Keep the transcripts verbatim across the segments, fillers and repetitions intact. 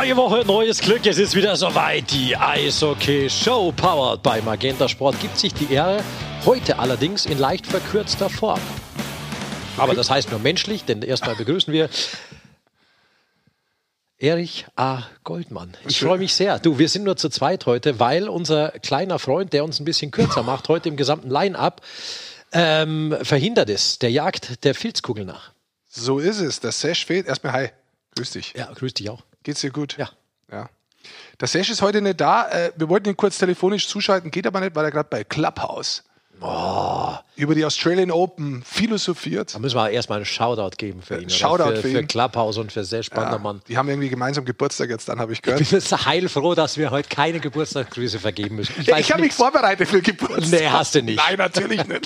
Neue Woche, neues Glück, es ist wieder soweit. Die Eishockey-Show, powered by Magenta Sport, gibt sich die Ehre, heute allerdings in leicht verkürzter Form. Aber das heißt nur menschlich, denn erstmal begrüßen wir Erich A. Goldmann. Ich freue mich sehr. Du, wir sind nur zu zweit heute, weil unser kleiner Freund, der uns ein bisschen kürzer macht, heute im gesamten Line-Up, ähm, verhindert ist. Der jagt der Filzkugel nach. So ist es. Der Sesh fehlt. Erstmal hi. Grüß dich. Ja, grüß dich auch. Geht's dir gut? Ja. Ja. Der Sesh ist heute nicht da. Wir wollten ihn kurz telefonisch zuschalten, geht aber nicht, weil er gerade bei Clubhouse Oh. über die Australian Open philosophiert. Da müssen wir erstmal einen Shoutout geben für ihn. Shoutout für, für für ihn. Clubhouse und für Sesh Bandermann. Ja, die haben irgendwie gemeinsam Geburtstag jetzt, dann habe ich gehört. Ich bin jetzt heilfroh, dass wir heute keine Geburtstagsgrüße vergeben müssen. Ich, Ich, ich habe mich vorbereitet für Geburtstag. Nee, hast du nicht. Nein, natürlich nicht.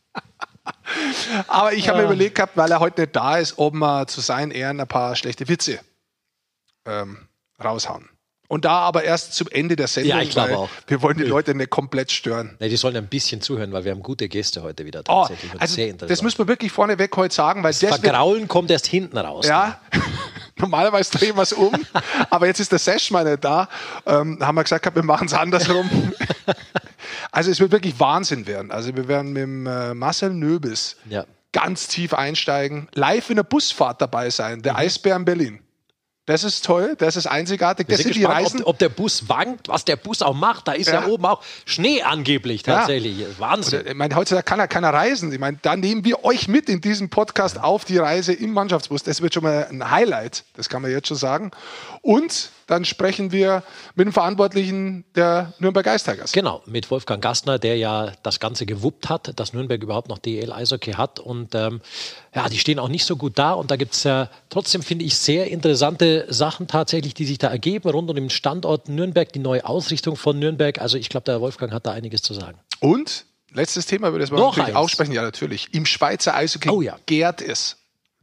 Aber ich habe mir überlegt gehabt, weil er heute nicht da ist, ob wir zu seinen Ehren ein paar schlechte Witze ähm, raushauen. Und da aber erst zum Ende der Sendung, Ja, ich glaube weil auch. wir wollen die Leute nicht komplett stören. Nee, die sollen ein bisschen zuhören, weil wir haben gute Gäste heute wieder Oh, tatsächlich. und also sehr interessant. das müssen wir wirklich vorneweg heute sagen, weil das wird, Vergraulen kommt erst hinten raus. ja, normalerweise drehen wir es um, aber jetzt ist der Sesh mal nicht da. Ähm, haben wir gesagt, wir machen es andersrum. Also es wird wirklich Wahnsinn werden. Also wir werden mit dem, äh, Marcel Nöbis Ja. ganz tief einsteigen, live in der Busfahrt dabei sein, der Eisbär in Berlin. Das ist toll, das ist einzigartig. Wir Das sind sind die gespannt, Reisen. ob, ob der Bus wankt, was der Bus auch macht. Da ist ja, Ja. oben auch Schnee angeblich tatsächlich. Wahnsinn. Ich meine, heutzutage kann ja keiner reisen. Ich meine, da nehmen wir euch mit in diesem Podcast auf die Reise im Mannschaftsbus. Das wird schon mal ein Highlight, das kann man jetzt schon sagen. Und dann sprechen wir mit dem Verantwortlichen der Nürnberg Ice Tigers. Genau, mit Wolfgang Gastner, der ja das Ganze gewuppt hat, dass Nürnberg überhaupt noch D E L-Eishockey hat. Und ähm, ja, die stehen auch nicht so gut da. Und da gibt es ja trotzdem, finde ich, sehr interessante Sachen tatsächlich, die sich da ergeben, rund um den Standort Nürnberg, die neue Ausrichtung von Nürnberg. Also ich glaube, der Wolfgang hat da einiges zu sagen. Und, letztes Thema, über das wir Noch natürlich eins. aussprechen. Ja, natürlich. Im Schweizer Eishockey Oh ja. gärt es.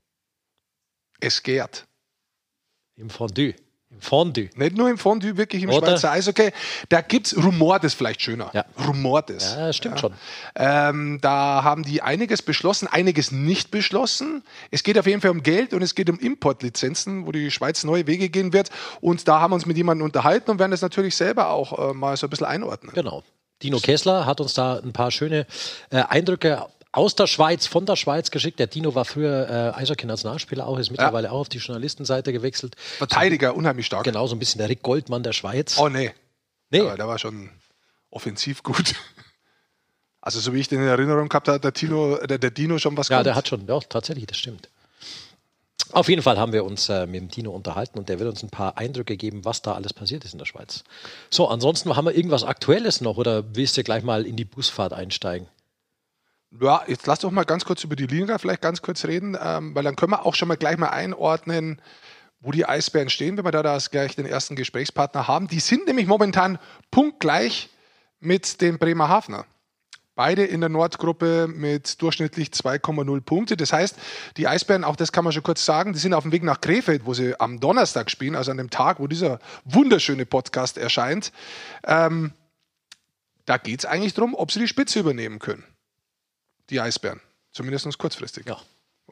Es gärt. Im Fondue. Im Fondue. Nicht nur im Fondue, wirklich im Oder? Schweizer Eishockey. Da gibt es rumort es vielleicht schöner. Ja. Rumort es. Ja, stimmt schon. Ähm, da haben die einiges beschlossen, einiges nicht beschlossen. Es geht auf jeden Fall um Geld und es geht um Importlizenzen, wo die Schweiz neue Wege gehen wird. Und da haben wir uns mit jemandem unterhalten und werden das natürlich selber auch äh, mal so ein bisschen einordnen. Genau. Dino Kessler hat uns da ein paar schöne äh, Eindrücke aus der Schweiz, von der Schweiz geschickt. Der Dino war früher äh, Eishockey-Nationalspieler auch, ist mittlerweile auch auf die Journalistenseite gewechselt. Verteidiger, unheimlich stark. Genau, so ein bisschen der Rick Goldmann der Schweiz. Oh nee. Nee. Aber der war schon offensiv gut. Also so wie ich den in Erinnerung gehabt habe, der, Tino, der, der Dino schon was Ja, kommt. der hat schon, ja, tatsächlich, das stimmt. Auf jeden Fall haben wir uns äh, mit dem Dino unterhalten und der wird uns ein paar Eindrücke geben, was da alles passiert ist in der Schweiz. So, ansonsten haben wir irgendwas Aktuelles noch oder willst du gleich mal in die Busfahrt einsteigen? Ja, jetzt lass doch mal ganz kurz über die Liga vielleicht ganz kurz reden, ähm, weil dann können wir auch schon mal gleich mal einordnen, wo die Eisbären stehen, wenn wir da das gleich den ersten Gesprächspartner haben. Die sind nämlich momentan punktgleich mit den Bremerhavener. Beide in der Nordgruppe mit durchschnittlich zwei Komma null Punkte. Das heißt, die Eisbären, auch das kann man schon kurz sagen, die sind auf dem Weg nach Krefeld, wo sie am Donnerstag spielen, also an dem Tag, wo dieser wunderschöne Podcast erscheint. Ähm, da geht es eigentlich darum, ob sie die Spitze übernehmen können. Die Eisbären. Zumindest kurzfristig. Ja.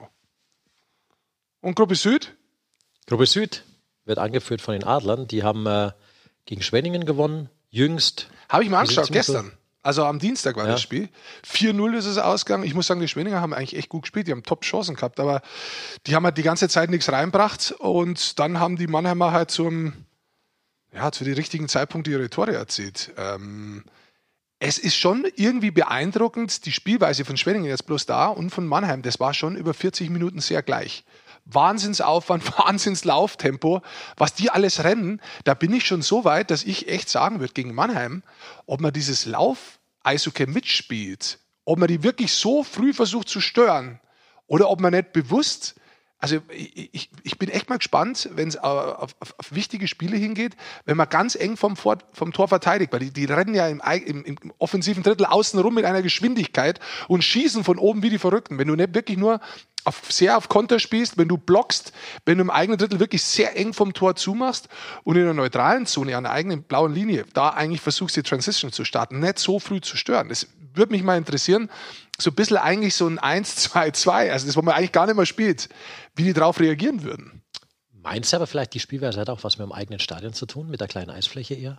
Und Gruppe Süd? Gruppe Süd wird angeführt von den Adlern. Die haben äh, gegen Schwenningen gewonnen, jüngst. Habe ich mir Wie angeschaut, sind's mit gestern. Also am Dienstag war Ja. das Spiel. vier null ist es ausgegangen. Ich muss sagen, die Schwenninger haben eigentlich echt gut gespielt. Die haben Top-Chancen gehabt, aber die haben halt die ganze Zeit nichts reinbracht. Und dann haben die Mannheimer halt zum, ja, zu den richtigen Zeitpunkt ihre Tore erzielt. Ähm, es ist schon irgendwie beeindruckend, die Spielweise von Schwenningen jetzt bloß da und von Mannheim. Das war schon über vierzig Minuten sehr gleich. Wahnsinnsaufwand, Wahnsinnslauftempo, was die alles rennen, da bin ich schon so weit, dass ich echt sagen würde gegen Mannheim, ob man dieses Lauf-Eishockey mitspielt, ob man die wirklich so früh versucht zu stören oder ob man nicht bewusst, also ich, ich, ich bin echt mal gespannt, wenn es auf, auf, auf wichtige Spiele hingeht, wenn man ganz eng vom, Vor, vom Tor verteidigt, weil die, die rennen ja im, im, im offensiven Drittel außen rum mit einer Geschwindigkeit und schießen von oben wie die Verrückten. Wenn du nicht wirklich nur auf, sehr auf Konter spielst, wenn du blockst, wenn du im eigenen Drittel wirklich sehr eng vom Tor zumachst und in der neutralen Zone an der eigenen blauen Linie da eigentlich versuchst, die Transition zu starten, nicht so früh zu stören. Das würde mich mal interessieren, so ein bisschen eigentlich so ein eins zwei zwei, also das, wo man eigentlich gar nicht mehr spielt, wie die drauf reagieren würden. Meinst du aber vielleicht, die Spielweise hat auch was mit dem eigenen Stadion zu tun, mit der kleinen Eisfläche eher?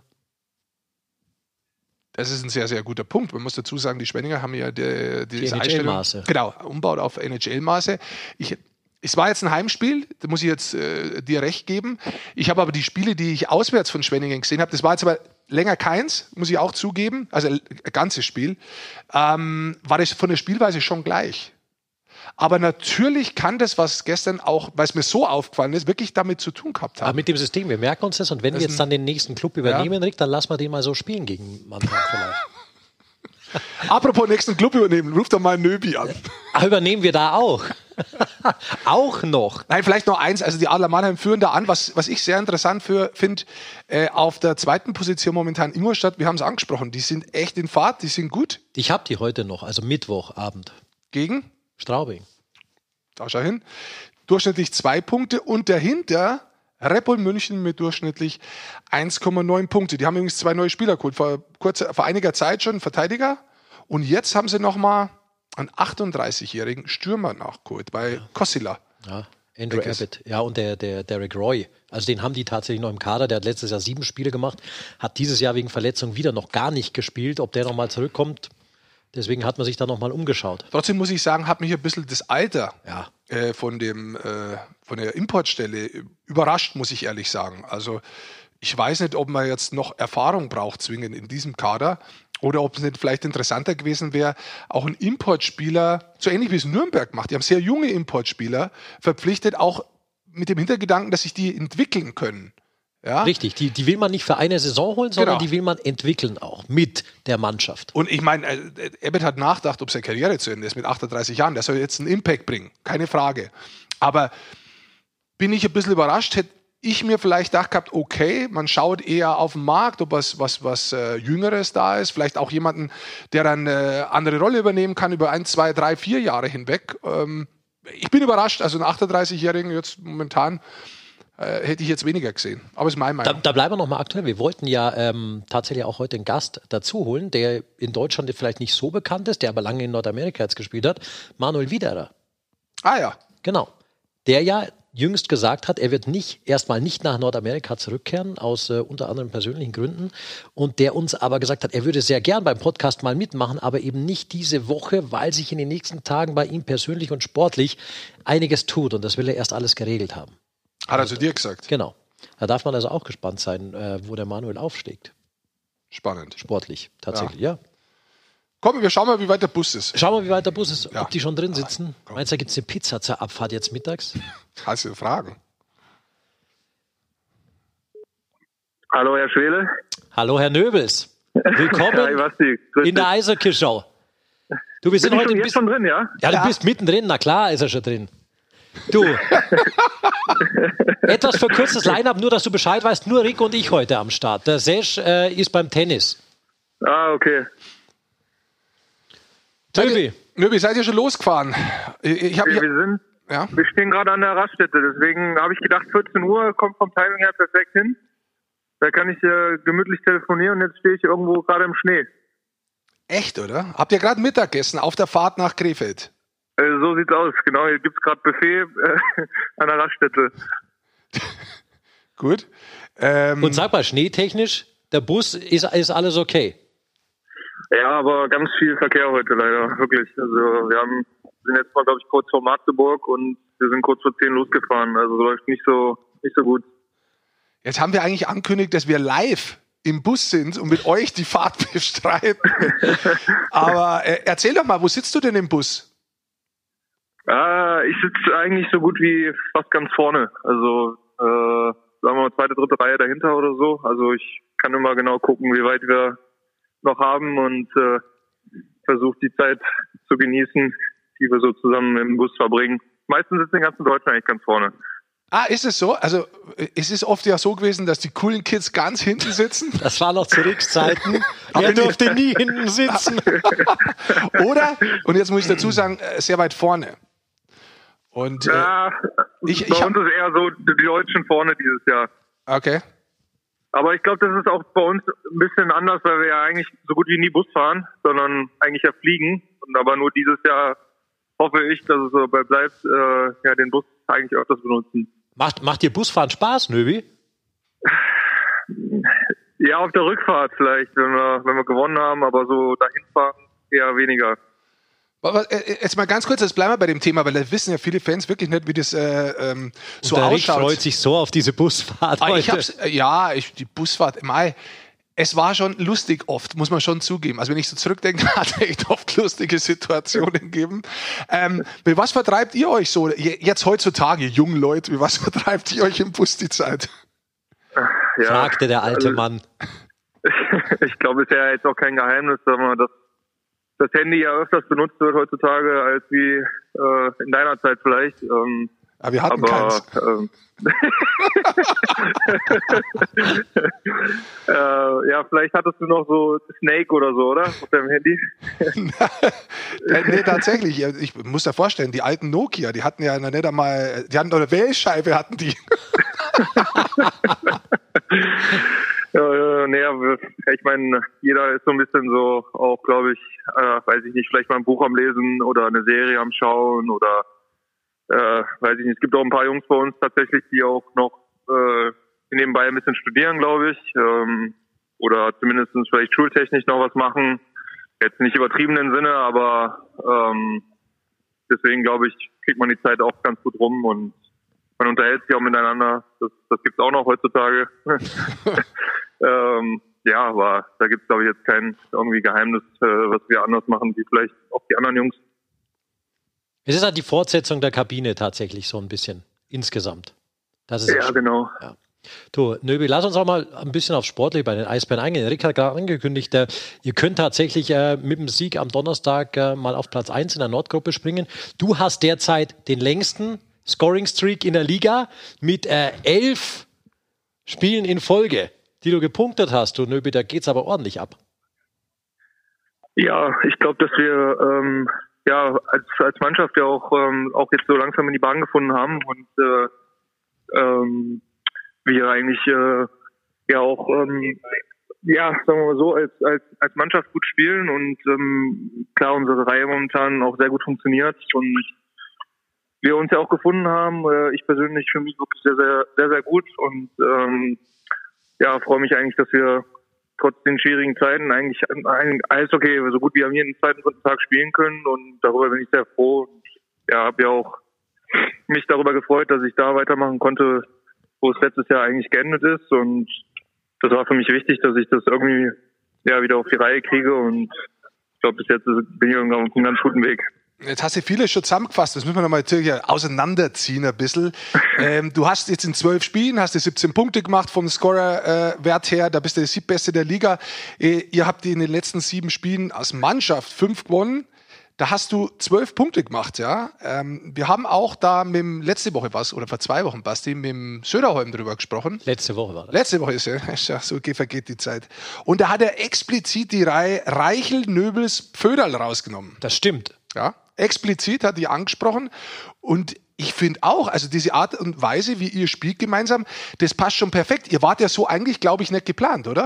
Das ist ein sehr, sehr guter Punkt. Man muss dazu sagen, die Schwenninger haben ja die, die N H L-Maße. Genau, umbaut auf N H L-Maße. Ich, es war jetzt ein Heimspiel, da muss ich jetzt äh, dir recht geben. Ich habe aber die Spiele, die ich auswärts von Schwenningen gesehen habe, das war jetzt aber länger keins, muss ich auch zugeben, also ein ganzes Spiel, ähm, war das von der Spielweise schon gleich. Aber natürlich kann das, was gestern auch, weil es mir so aufgefallen ist, wirklich damit zu tun gehabt haben. Aber mit dem System, wir merken uns das und wenn das wir jetzt dann den nächsten Club übernehmen, ja. Rick, dann lassen wir den mal so spielen gegen Mannheim vielleicht. Apropos nächsten Club übernehmen, ruft doch mal Nöbi an. Ach, übernehmen wir da auch? Auch noch? Nein, vielleicht noch eins, also die Adler Mannheim führen da an, was, was ich sehr interessant finde, äh, auf der zweiten Position momentan Ingolstadt, wir haben es angesprochen, die sind echt in Fahrt, die sind gut. Ich habe die heute noch, also Mittwochabend. Gegen? Straubing. Da schau hin. Durchschnittlich zwei Punkte und dahinter Red Bull München mit durchschnittlich eins Komma neun Punkte. Die haben übrigens zwei neue Spieler geholt, vor, kurzer, vor einiger Zeit schon, Verteidiger. Und jetzt haben sie nochmal einen achtunddreißigjährigen Stürmer nachgeholt bei ja. Kossila. Ja, Andrew Abbott. Ja, und der, der Derek Roy. Also den haben die tatsächlich noch im Kader. Der hat letztes Jahr sieben Spiele gemacht, hat dieses Jahr wegen Verletzung wieder noch gar nicht gespielt. Ob der nochmal zurückkommt, deswegen hat man sich da nochmal umgeschaut. Trotzdem muss ich sagen, hat mich ein bisschen das Alter ja. äh, von, dem, äh, von der Importstelle überrascht, muss ich ehrlich sagen. Also ich weiß nicht, ob man jetzt noch Erfahrung braucht zwingend in diesem Kader oder ob es nicht vielleicht interessanter gewesen wäre, auch einen Importspieler, so ähnlich wie es Nürnberg macht, die haben sehr junge Importspieler verpflichtet, auch mit dem Hintergedanken, dass sich die entwickeln können. Ja? Richtig, die, die will man nicht für eine Saison holen, sondern genau. die will man entwickeln auch mit der Mannschaft. Und ich meine, äh, Abbott hat nachgedacht, ob seine Karriere zu Ende ist mit achtunddreißig Jahren. Der soll jetzt einen Impact bringen, keine Frage. Aber bin ich ein bisschen überrascht, hätte ich mir vielleicht gedacht gehabt, okay, man schaut eher auf den Markt, ob was, was, was äh, Jüngeres da ist, vielleicht auch jemanden, der dann eine andere Rolle übernehmen kann über ein, zwei, drei, vier Jahre hinweg. Ähm, ich bin überrascht, also einen achtunddreißigjährigen jetzt momentan hätte ich jetzt weniger gesehen. Aber es ist meine Meinung. Da, da bleiben wir nochmal aktuell. Wir wollten ja ähm, tatsächlich auch heute einen Gast dazu holen, der in Deutschland vielleicht nicht so bekannt ist, der aber lange in Nordamerika jetzt gespielt hat. Manuel Widerer. Ah ja. Genau. Der ja jüngst gesagt hat, er wird nicht erstmal nicht nach Nordamerika zurückkehren, aus äh, unter anderem persönlichen Gründen. Und der uns aber gesagt hat, er würde sehr gern beim Podcast mal mitmachen, aber eben nicht diese Woche, weil sich in den nächsten Tagen bei ihm persönlich und sportlich einiges tut. Und das will er erst alles geregelt haben. Hat er zu dir gesagt? Genau. Da darf man also auch gespannt sein, äh, wo der Manuel aufschlägt. Spannend. Sportlich, tatsächlich, ja. ja. Komm, wir schauen mal, wie weit der Bus ist. Schauen wir, wie weit der Bus ist, ja. ob die schon drin sitzen. Komm. Meinst du, da gibt es eine Pizza zur Abfahrt jetzt mittags? Hast du Fragen? Hallo, Herr Schwele. Hallo, Herr Nöbels. Willkommen Hi, Basti. Grüß in der Eishockey-Show. Du, wir sind Bin ich heute schon ein jetzt bisschen schon drin, ja? Ja, du ja. bist mittendrin, na klar ist er schon drin. Du, etwas verkürztes Line-Up, nur dass du Bescheid weißt, nur Rick und ich heute am Start. Der Sesh äh, ist beim Tennis. Ah, okay. Töbi. Nöbi, seid ihr schon losgefahren? Ich hab wir, hier, wir, sind, ja? wir stehen gerade an der Raststätte, deswegen habe ich gedacht, vierzehn Uhr kommt vom Timing her perfekt hin. Da kann ich äh, gemütlich telefonieren und jetzt stehe ich irgendwo gerade im Schnee. Echt, oder? Habt ihr gerade Mittagessen auf der Fahrt nach Krefeld? Äh, so sieht's aus, genau. Hier gibt's gerade Buffet äh, an der Raststätte. Gut. Ähm, Und sag mal, schneetechnisch, der Bus, ist, ist alles okay? Ja, aber ganz viel Verkehr heute leider, wirklich. Also wir haben, sind jetzt mal, glaube ich, kurz vor Magdeburg und wir sind kurz vor zehn losgefahren. Also läuft nicht so, nicht so gut. Jetzt haben wir eigentlich angekündigt, dass wir live im Bus sind und mit euch die Fahrt bestreiten. Aber äh, erzähl doch mal, wo sitzt du denn im Bus? Ah, ich sitze eigentlich so gut wie fast ganz vorne. Also äh, sagen wir mal zweite, dritte Reihe dahinter oder so. Also ich kann immer genau gucken, wie weit wir noch haben und äh, versuche die Zeit zu genießen, die wir so zusammen im Bus verbringen. Meistens sitzen die ganzen Deutschen eigentlich ganz vorne. Ah, ist es so? Also es ist oft ja so gewesen, dass die coolen Kids ganz hinten sitzen. Das war noch zu Ricks Zeiten. Er durfte nie hinten sitzen. Oder, und jetzt muss ich dazu sagen, sehr weit vorne. Und, äh, ja, ich, bei ich uns ist eher so die Deutschen vorne dieses Jahr. Okay. Aber ich glaube, das ist auch bei uns ein bisschen anders, weil wir ja eigentlich so gut wie nie Bus fahren, sondern eigentlich ja fliegen. Und aber nur dieses Jahr hoffe ich, dass es so bleibt, äh, ja, den Bus eigentlich öfters benutzen. Macht, macht dir Busfahren Spaß, Nöbi? Ja, auf der Rückfahrt vielleicht, wenn wir, wenn wir gewonnen haben, aber so dahin fahren eher weniger. Jetzt mal ganz kurz, jetzt bleiben wir bei dem Thema, weil da wissen ja viele Fans wirklich nicht, wie das äh, ähm, so und der ausschaut. Rick freut sich so auf diese Busfahrt ah, heute. Ich hab's, ja, ich, die Busfahrt im Mai. Es war schon lustig oft, muss man schon zugeben. Also wenn ich so zurückdenke, hat es echt oft lustige Situationen gegeben. Ähm, mit was vertreibt ihr euch so, jetzt heutzutage, jungen Leute, mit was vertreibt ihr euch im Bus die Zeit? Ja, fragte der alte also, Mann. Ich glaube, es ist ja jetzt auch kein Geheimnis, dass das, das Handy ja öfters benutzt wird heutzutage als wie äh, in deiner Zeit vielleicht. Ähm, Aber wir hatten aber, keins. Ähm, äh, ja, vielleicht hattest du noch so Snake oder so, oder? Auf deinem Handy? Nee, tatsächlich. Ich muss dir vorstellen, die alten Nokia, die hatten ja nicht einmal, die hatten eine Wählscheibe, hatten die. Ja, ja, nee, ich meine, jeder ist so ein bisschen so, auch glaube ich, äh, weiß ich nicht, vielleicht mal ein Buch am Lesen oder eine Serie am Schauen oder äh, weiß ich nicht. Es gibt auch ein paar Jungs bei uns tatsächlich, die auch noch äh, nebenbei ein bisschen studieren, glaube ich, ähm, oder zumindest vielleicht schultechnisch noch was machen. Jetzt nicht übertriebenen Sinne, aber ähm, deswegen glaube ich, kriegt man die Zeit auch ganz gut rum und man unterhält sich auch miteinander. Das, das gibt's auch noch heutzutage. ähm, ja, aber da gibt's glaube ich jetzt kein irgendwie Geheimnis, äh, was wir anders machen, wie vielleicht auch die anderen Jungs. Es ist halt die Fortsetzung der Kabine tatsächlich so ein bisschen insgesamt. Das ist ja, genau. Ja. Du, Nöbi, lass uns auch mal ein bisschen auf Sportlich bei den Eisbären eingehen. Rick hat gerade angekündigt, äh, ihr könnt tatsächlich äh, mit dem Sieg am Donnerstag äh, mal auf Platz eins in der Nordgruppe springen. Du hast derzeit den längsten Scoring-Streak in der Liga mit äh, elf Spielen in Folge, die du gepunktet hast. Du, Nöbi, da geht's aber ordentlich ab. Ja, ich glaube, dass wir ähm, ja als als Mannschaft ja auch ähm, auch jetzt so langsam in die Bahn gefunden haben und äh, ähm, wir eigentlich äh, ja auch ähm, ja, sagen wir mal so, als als als Mannschaft gut spielen und ähm, klar unsere Reihe momentan auch sehr gut funktioniert und wir uns ja auch gefunden haben. Äh, ich persönlich für mich wirklich sehr sehr sehr sehr gut und ähm, ja, freue mich eigentlich, dass wir trotz den schwierigen Zeiten eigentlich alles okay, so gut wie am jeden zweiten, dritten Tag spielen können und darüber bin ich sehr froh und ja, habe ja auch mich darüber gefreut, dass ich da weitermachen konnte, wo es letztes Jahr eigentlich geendet ist und das war für mich wichtig, dass ich das irgendwie ja wieder auf die Reihe kriege und ich glaube, bis jetzt bin ich auf einem ganz guten Weg. Jetzt hast du vieles schon zusammengefasst, das müssen wir nochmal auseinanderziehen ein bisschen. ähm, du hast jetzt in zwölf Spielen, hast du siebzehn Punkte gemacht vom Scorer-Wert äh, her, da bist du der Siebbeste der Liga. Äh, ihr habt in den letzten sieben Spielen als Mannschaft fünf gewonnen. Da hast du zwölf Punkte gemacht, ja. Ähm, wir haben auch da mit dem, letzte Woche was, oder vor zwei Wochen, Basti, mit dem Söderholm drüber gesprochen. Letzte Woche war das. Letzte Woche ist ja, ja so vergeht die Zeit. Und da hat er explizit die Reihe Reichel, Nöbels, Pföderl rausgenommen. Das stimmt. Ja, explizit hat die angesprochen. Und ich finde auch, also diese Art und Weise, wie ihr spielt gemeinsam, das passt schon perfekt. Ihr wart ja so eigentlich, glaube ich, nicht geplant, oder?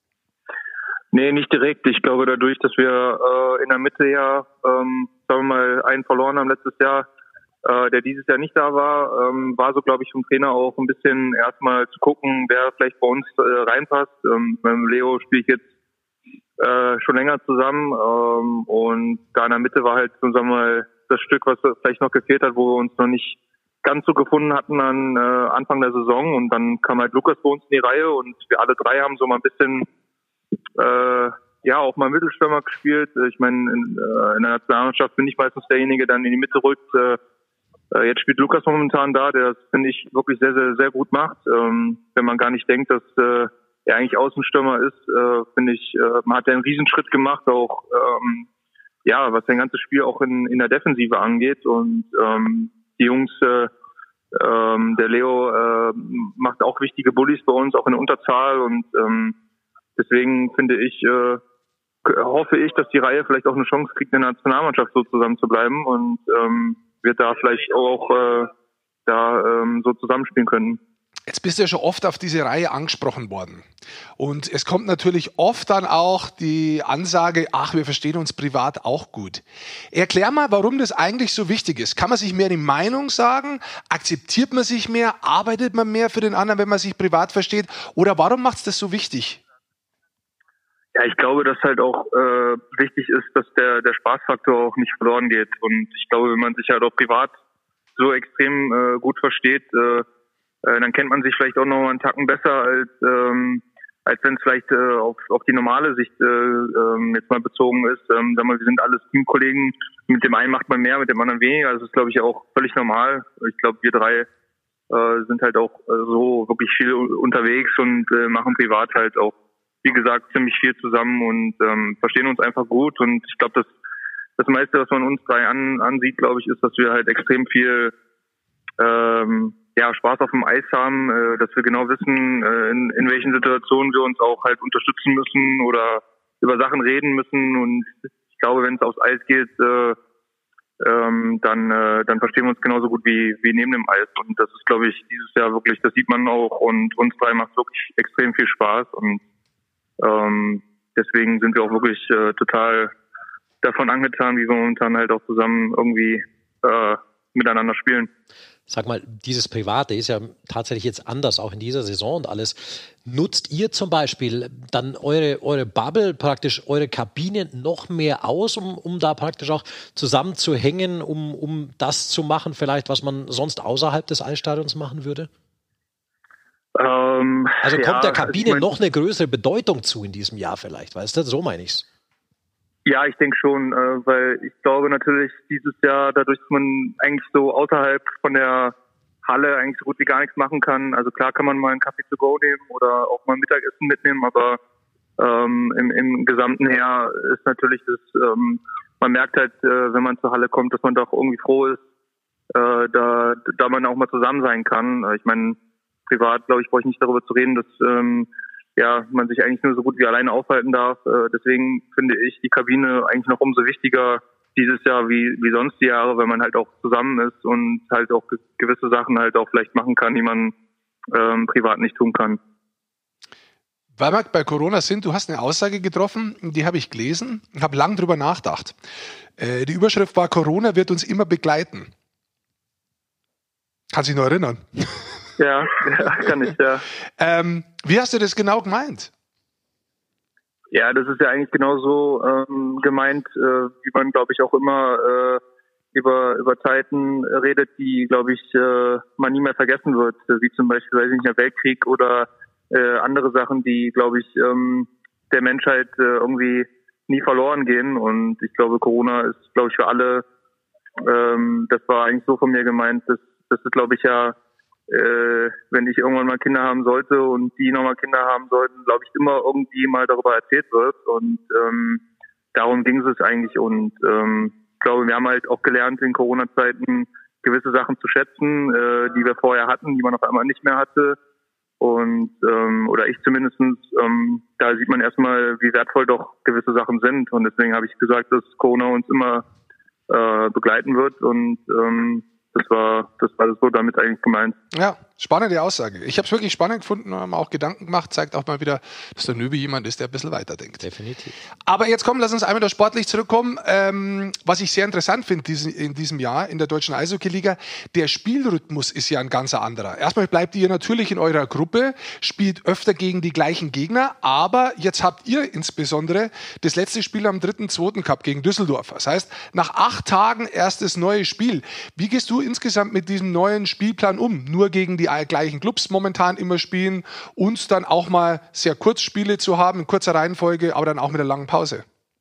Nee, nicht direkt. Ich glaube, dadurch, dass wir äh, in der Mitte ja, ähm, sagen wir mal, einen verloren haben letztes Jahr, äh, der dieses Jahr nicht da war, ähm, war so, glaube ich, vom Trainer auch ein bisschen erstmal zu gucken, wer vielleicht bei uns äh, reinpasst. Ähm, mit Leo spiele ich jetzt äh, schon länger zusammen ähm, und da in der Mitte war halt, sagen wir mal, das Stück, was vielleicht noch gefehlt hat, wo wir uns noch nicht ganz so gefunden hatten an äh, Anfang der Saison und dann kam halt Lukas bei uns in die Reihe und wir alle drei haben so mal ein bisschen Äh, ja, auch mal Mittelstürmer gespielt. Ich meine, in, äh, in der Nationalmannschaft bin ich meistens derjenige, der dann in die Mitte rückt. Äh, jetzt spielt Lukas momentan da, der das, finde ich, wirklich sehr, sehr, sehr gut macht. Ähm, wenn man gar nicht denkt, dass äh, er eigentlich Außenstürmer ist, äh, finde ich, äh, man hat ja einen Riesenschritt gemacht, auch ähm, ja, was sein ganzes Spiel auch in, in der Defensive angeht. Und ähm, die Jungs, äh, ähm, der Leo äh, macht auch wichtige Bullies bei uns, auch in der Unterzahl und ähm, deswegen finde ich, äh, hoffe ich, dass die Reihe vielleicht auch eine Chance kriegt, in der Nationalmannschaft so zusammen zu bleiben und ähm, wird da vielleicht auch äh, da ähm, so zusammenspielen können. Jetzt bist du ja schon oft auf diese Reihe angesprochen worden. Und es kommt natürlich oft dann auch die Ansage, ach, wir verstehen uns privat auch gut. Erklär mal, warum das eigentlich so wichtig ist. Kann man sich mehr die Meinung sagen? Akzeptiert man sich mehr? Arbeitet man mehr für den anderen, wenn man sich privat versteht? Oder warum macht es das so wichtig? Ja, ich glaube, dass halt auch äh, wichtig ist, dass der, der Spaßfaktor auch nicht verloren geht. Und ich glaube, wenn man sich halt auch privat so extrem äh, gut versteht, äh, äh, dann kennt man sich vielleicht auch noch mal einen Tacken besser, als ähm, als wenn es vielleicht äh, auf auf die normale Sicht äh, ähm, jetzt mal bezogen ist. Ähm, sagen wir, wir sind alles Teamkollegen. Mit dem einen macht man mehr, mit dem anderen weniger. Das ist, glaube ich, auch völlig normal. Ich glaube, wir drei äh, sind halt auch äh, so wirklich viel unterwegs und äh, machen privat halt auch, wie gesagt, ziemlich viel zusammen und ähm, verstehen uns einfach gut. Und ich glaube, das das meiste, was man uns drei an, ansieht, glaube ich, ist, dass wir halt extrem viel ähm, ja, Spaß auf dem Eis haben, äh, dass wir genau wissen, äh, in, in welchen Situationen wir uns auch halt unterstützen müssen oder über Sachen reden müssen. Und ich glaube, wenn es aufs Eis geht, äh, ähm, dann äh, dann verstehen wir uns genauso gut wie wie neben dem Eis. Und das ist, glaube ich, dieses Jahr wirklich, das sieht man auch. Und uns drei macht wirklich extrem viel Spaß. Und ähm, deswegen sind wir auch wirklich äh, total davon angetan, wie wir momentan halt auch zusammen irgendwie äh, miteinander spielen. Sag mal, dieses Private ist ja tatsächlich jetzt anders, auch in dieser Saison und alles. Nutzt ihr zum Beispiel dann eure, eure Bubble, praktisch eure Kabine noch mehr aus, um, um da praktisch auch zusammen zu hängen, um, um das zu machen, vielleicht, was man sonst außerhalb des Eisstadions machen würde? Ähm, also kommt ja, der Kabine ich mein, noch eine größere Bedeutung zu in diesem Jahr vielleicht, weißt du? So meine ich's. Ja, ich denke schon, äh, weil ich glaube natürlich dieses Jahr, dadurch, dass man eigentlich so außerhalb von der Halle eigentlich so gut wie gar nichts machen kann. Also klar kann man mal einen Kaffee to go nehmen oder auch mal Mittagessen mitnehmen, aber ähm, im, im Gesamten her ist natürlich das, ähm, man merkt halt, äh, wenn man zur Halle kommt, dass man doch irgendwie froh ist, äh, da, da man auch mal zusammen sein kann. Ich meine, privat, glaube ich, brauche ich nicht darüber zu reden, dass ähm, ja, man sich eigentlich nur so gut wie alleine aufhalten darf. Äh, deswegen finde ich die Kabine eigentlich noch umso wichtiger dieses Jahr wie wie sonst die Jahre, weil man halt auch zusammen ist und halt auch ge- gewisse Sachen halt auch vielleicht machen kann, die man ähm, privat nicht tun kann. Weil wir bei Corona sind, du hast eine Aussage getroffen, die habe ich gelesen und habe lang drüber nachgedacht. Äh, die Überschrift war, Corona wird uns immer begleiten. Kannst du dich noch erinnern? Ja, ja, kann ich, ja. ähm, wie hast du das genau gemeint? Ja, das ist ja eigentlich genauso ähm, gemeint, äh, wie man, glaube ich, auch immer äh, über über Zeiten redet, die, glaube ich, äh, man nie mehr vergessen wird, wie zum Beispiel, weiß ich nicht, der Weltkrieg oder äh, andere Sachen, die, glaube ich, ähm, der Menschheit äh, irgendwie nie verloren gehen. Und ich glaube, Corona ist, glaube ich, für alle, ähm, das war eigentlich so von mir gemeint, dass das ist, glaube ich, ja, Äh, wenn ich irgendwann mal Kinder haben sollte und die nochmal Kinder haben sollten, glaube ich, immer irgendwie mal darüber erzählt wird. Und ähm, darum ging es eigentlich. Und ähm, ich glaube, wir haben halt auch gelernt in Corona-Zeiten gewisse Sachen zu schätzen, äh, die wir vorher hatten, die man auf einmal nicht mehr hatte. Und ähm, oder ich zumindestens, ähm, da sieht man erstmal, wie wertvoll doch gewisse Sachen sind. Und deswegen habe ich gesagt, dass Corona uns immer äh, begleiten wird. Und ähm, Das war, das war so damit eigentlich gemeint. Ja, spannende Aussage. Ich habe es wirklich spannend gefunden, haben auch Gedanken gemacht, zeigt auch mal wieder, dass der Nöbi jemand ist, der ein bisschen weiterdenkt. Definitiv. Aber jetzt komm, lass uns einmal da sportlich zurückkommen. Ähm, was ich sehr interessant finde diesen, in diesem Jahr in der Deutschen Eishockey-Liga, der Spielrhythmus ist ja ein ganz anderer. Erstmal bleibt ihr natürlich in eurer Gruppe, spielt öfter gegen die gleichen Gegner, aber jetzt habt ihr insbesondere das letzte Spiel am dritten zweiten Cup gegen Düsseldorf. Das heißt, nach acht Tagen erst das neue Spiel. Wie gehst du insgesamt mit diesem neuen Spielplan um? Nur gegen die gleichen Clubs momentan immer spielen und dann auch mal sehr kurz Spiele zu haben, in kurzer Reihenfolge, aber dann auch mit einer langen Pause.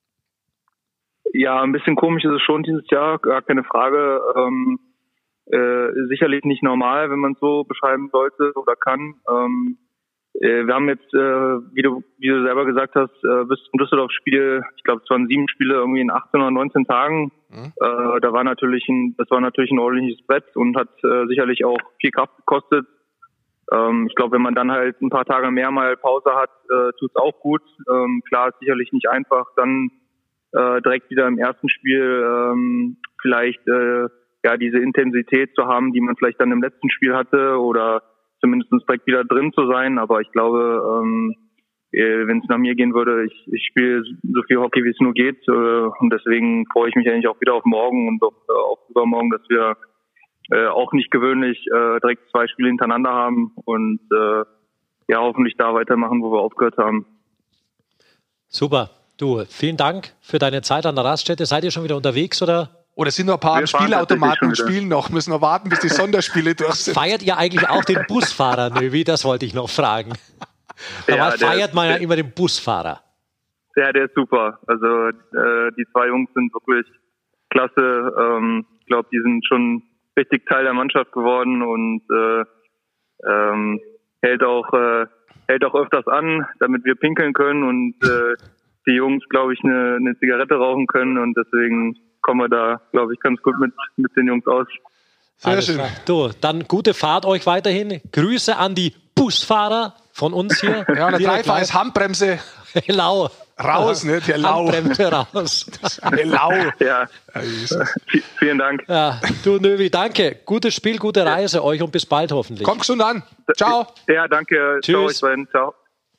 Ja, ein bisschen komisch ist es schon dieses Jahr, gar keine Frage. Ähm, äh, sicherlich nicht normal, wenn man es so beschreiben sollte oder kann. Ähm, äh, wir haben jetzt, äh, wie du wie du selber gesagt hast, äh, bis zum Düsseldorf-Spiel, ich glaube, es waren sieben Spiele irgendwie in achtzehn oder neunzehn Tagen. Mhm. Äh, da war natürlich ein, das war natürlich ein ordentliches Brett und hat äh, sicherlich auch viel Kraft gekostet. Ähm, ich glaube, wenn man dann halt ein paar Tage mehr mal Pause hat, äh, tut's auch gut. Ähm, klar, ist sicherlich nicht einfach, dann äh, direkt wieder im ersten Spiel ähm, vielleicht äh, ja diese Intensität zu haben, die man vielleicht dann im letzten Spiel hatte oder zumindest direkt wieder drin zu sein. Aber ich glaube, ähm, wenn es nach mir gehen würde, ich, ich spiele so viel Hockey, wie es nur geht. Äh, und deswegen freue ich mich eigentlich auch wieder auf morgen und auf, auf übermorgen, dass wir äh, auch nicht gewöhnlich äh, direkt zwei Spiele hintereinander haben und äh, ja, hoffentlich da weitermachen, wo wir aufgehört haben. Super. Du, vielen Dank für deine Zeit an der Raststätte. Seid ihr schon wieder unterwegs, oder? Oder sind noch ein paar Wir fahren Spielautomaten und tatsächlich schon spielen noch? Müssen noch warten, bis die Sonderspiele durch sind. Feiert ihr eigentlich auch den Busfahrer, Nöbi? Das wollte ich noch fragen. Aber Ja, der- feiert man ja der- immer den Busfahrer. Ja, der ist super. Also äh, die zwei Jungs sind wirklich klasse. Ähm, ich glaube, die sind schon richtig Teil der Mannschaft geworden und äh, ähm, hält auch äh, hält auch öfters an, damit wir pinkeln können und äh, die Jungs, glaube ich, eine, eine Zigarette rauchen können und deswegen kommen wir da, glaube ich, ganz gut mit mit den Jungs aus. Sehr Alles schön. klar. Du, dann gute Fahrt euch weiterhin. Grüße an die Busfahrer von uns hier. Ja, und der Direkt Dreifahr ist Handbremse Lau. raus, ne? Der Lau. Handbremse raus. Der Lau. Ja, v- vielen Dank. Ja, du Nöbi, danke. Gutes Spiel, gute Reise euch und bis bald hoffentlich. Kommt gesund an. Ciao. Ja, danke. Tschüss. Ciao, euch beiden. Ciao.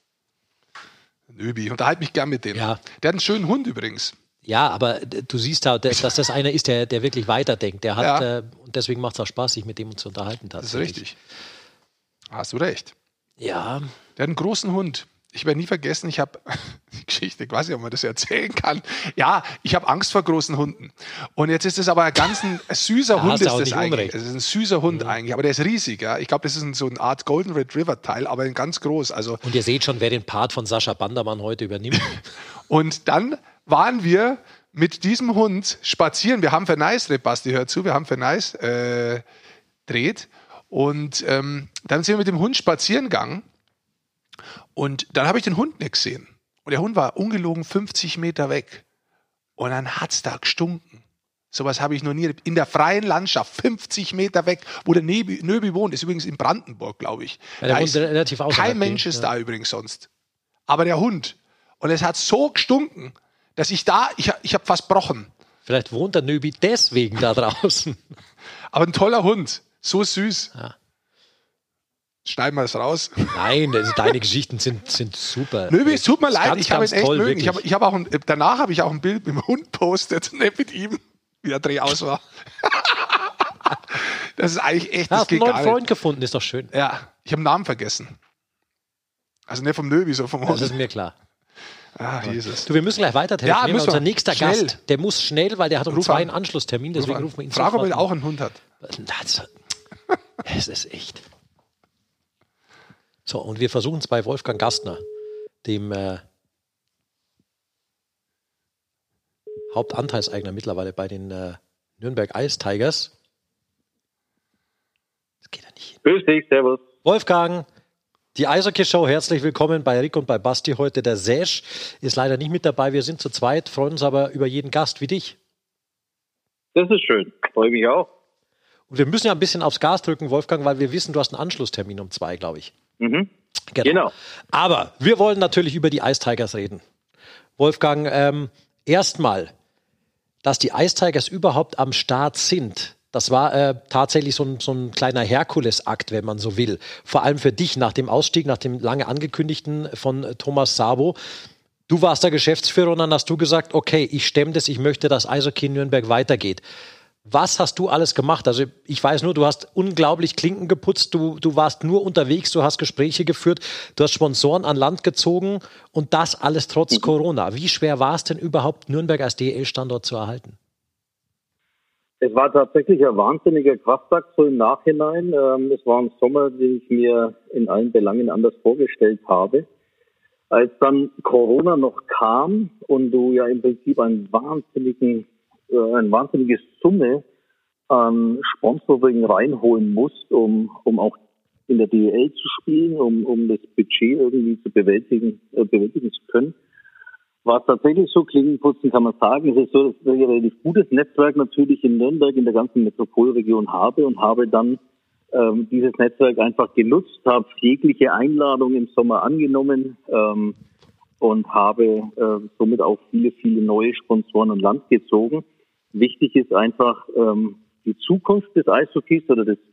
Nöbi, unterhalte mich gern mit dem. Ja. Der hat einen schönen Hund übrigens. Ja, aber d- du siehst da, dass das einer ist, der, der wirklich weiterdenkt. Der hat, Ja. äh, und deswegen macht es auch Spaß, sich mit dem zu unterhalten. Das ist richtig. Hast du recht. Ja, Der hat einen großen Hund. Ich werde nie vergessen, ich habe die Geschichte, ich weiß nicht, ob man das erzählen kann. Ja, ich habe Angst vor großen Hunden. Und jetzt ist es aber ein ganz ein süßer Da Hund hast du ist auch das nicht eigentlich. Unrecht. Es ist ein süßer Hund eigentlich, aber der ist riesig. Ja. Ich glaube, das ist ein, so eine Art Golden Retriever Teil, aber ein ganz groß. Also und ihr seht schon, wer den Part von Sascha Bandermann heute übernimmt. und dann waren wir mit diesem Hund spazieren. Wir haben für Nice, Basti, hör zu, wir haben für Nice äh, dreht. Und ähm, dann sind wir mit dem Hund spazieren gegangen. Und dann habe ich den Hund nicht gesehen. Und der Hund war ungelogen fünfzig Meter weg. Und dann hat es da gestunken. Sowas habe ich noch nie. In der freien Landschaft, fünfzig Meter weg, wo der Nöbi, Nöbi wohnt. Ist übrigens in Brandenburg, glaube ich. Ja, der Da wohnt ist relativ außerhalb, kein Mensch ist ja. da übrigens sonst. Aber der Hund. Und es hat so gestunken, dass ich da, ich, ich habe fast brochen. Vielleicht wohnt der Nöbi deswegen da draußen. Aber ein toller Hund. So süß. Ja. Schneiden wir es raus. Nein, also deine Geschichten sind, sind super. Nöbi, es tut mir Das ist leid, ganz, ich habe ihn ganz echt toll, mögen. wirklich. Ich habe, ich habe auch ein, danach habe ich auch ein Bild mit dem Hund postet, nicht mit ihm, wie der Dreh aus war. Das ist eigentlich echt, Ja, das hast einen geht neuen gar Freund nicht. gefunden, ist doch schön. Ja, ich habe den Namen vergessen. Also nicht vom Nöbi, so vom Das Hund. ist mir klar. Ah, Jesus. Du, wir müssen gleich weiter telefonieren. Ja, müssen wir. Unser nächster Schnell. Gast, der muss schnell, weil der hat um Ruf zwei an. einen Anschlusstermin, deswegen rufen wir ihn Frag, ob sofort er an. auch einen Hund hat. Das, es ist echt. So, und wir versuchen es bei Wolfgang Gastner, dem äh, Hauptanteilseigner mittlerweile bei den äh, Nürnberg Ice Tigers. Das geht ja nicht. Grüß dich, servus. Wolfgang, die Eishockey-Show, herzlich willkommen bei Rick und bei Basti heute. Der Sesh ist leider nicht mit dabei, wir sind zu zweit, freuen uns aber über jeden Gast wie dich. Das ist schön. Freue mich auch. Und wir müssen ja ein bisschen aufs Gas drücken, Wolfgang, weil wir wissen, du hast einen Anschlusstermin um zwei, glaube ich. Mhm. Genau. Genau. Aber wir wollen natürlich über die Ice Tigers reden. Wolfgang, ähm, erstmal, dass die Ice Tigers überhaupt am Start sind, das war äh, tatsächlich so ein, so ein kleiner Herkulesakt, wenn man so will. Vor allem für dich nach dem Ausstieg, nach dem lange angekündigten von äh, Thomas Sabo. Du warst der Geschäftsführer und dann hast du gesagt, okay, ich stemme das, ich möchte, dass Eishockey in Nürnberg weitergeht. Was hast du alles gemacht? Also ich weiß nur, du hast unglaublich Klinken geputzt, du, du warst nur unterwegs, du hast Gespräche geführt, du hast Sponsoren an Land gezogen und das alles trotz mhm. Corona. Wie schwer war es denn überhaupt, Nürnberg als D E L-Standort zu erhalten? Es war tatsächlich ein wahnsinniger Kraftakt so im Nachhinein. Ähm, es war ein Sommer, den ich mir in allen Belangen anders vorgestellt habe. Als dann Corona noch kam und du ja im Prinzip einen wahnsinnigen eine wahnsinnige Summe an Sponsoring reinholen musst, um, um auch in der D E L zu spielen, um, um das Budget irgendwie zu bewältigen, äh, bewältigen zu können. War es tatsächlich so, Klinkenputzen kann man sagen. Es ist so, dass ich ein relativ gutes Netzwerk natürlich in Nürnberg, in der ganzen Metropolregion habe und habe dann ähm, dieses Netzwerk einfach genutzt, habe jegliche Einladung im Sommer angenommen, ähm, und habe äh, somit auch viele, viele neue Sponsoren an Land gezogen. Wichtig ist einfach ähm, die Zukunft des Eishockeys oder des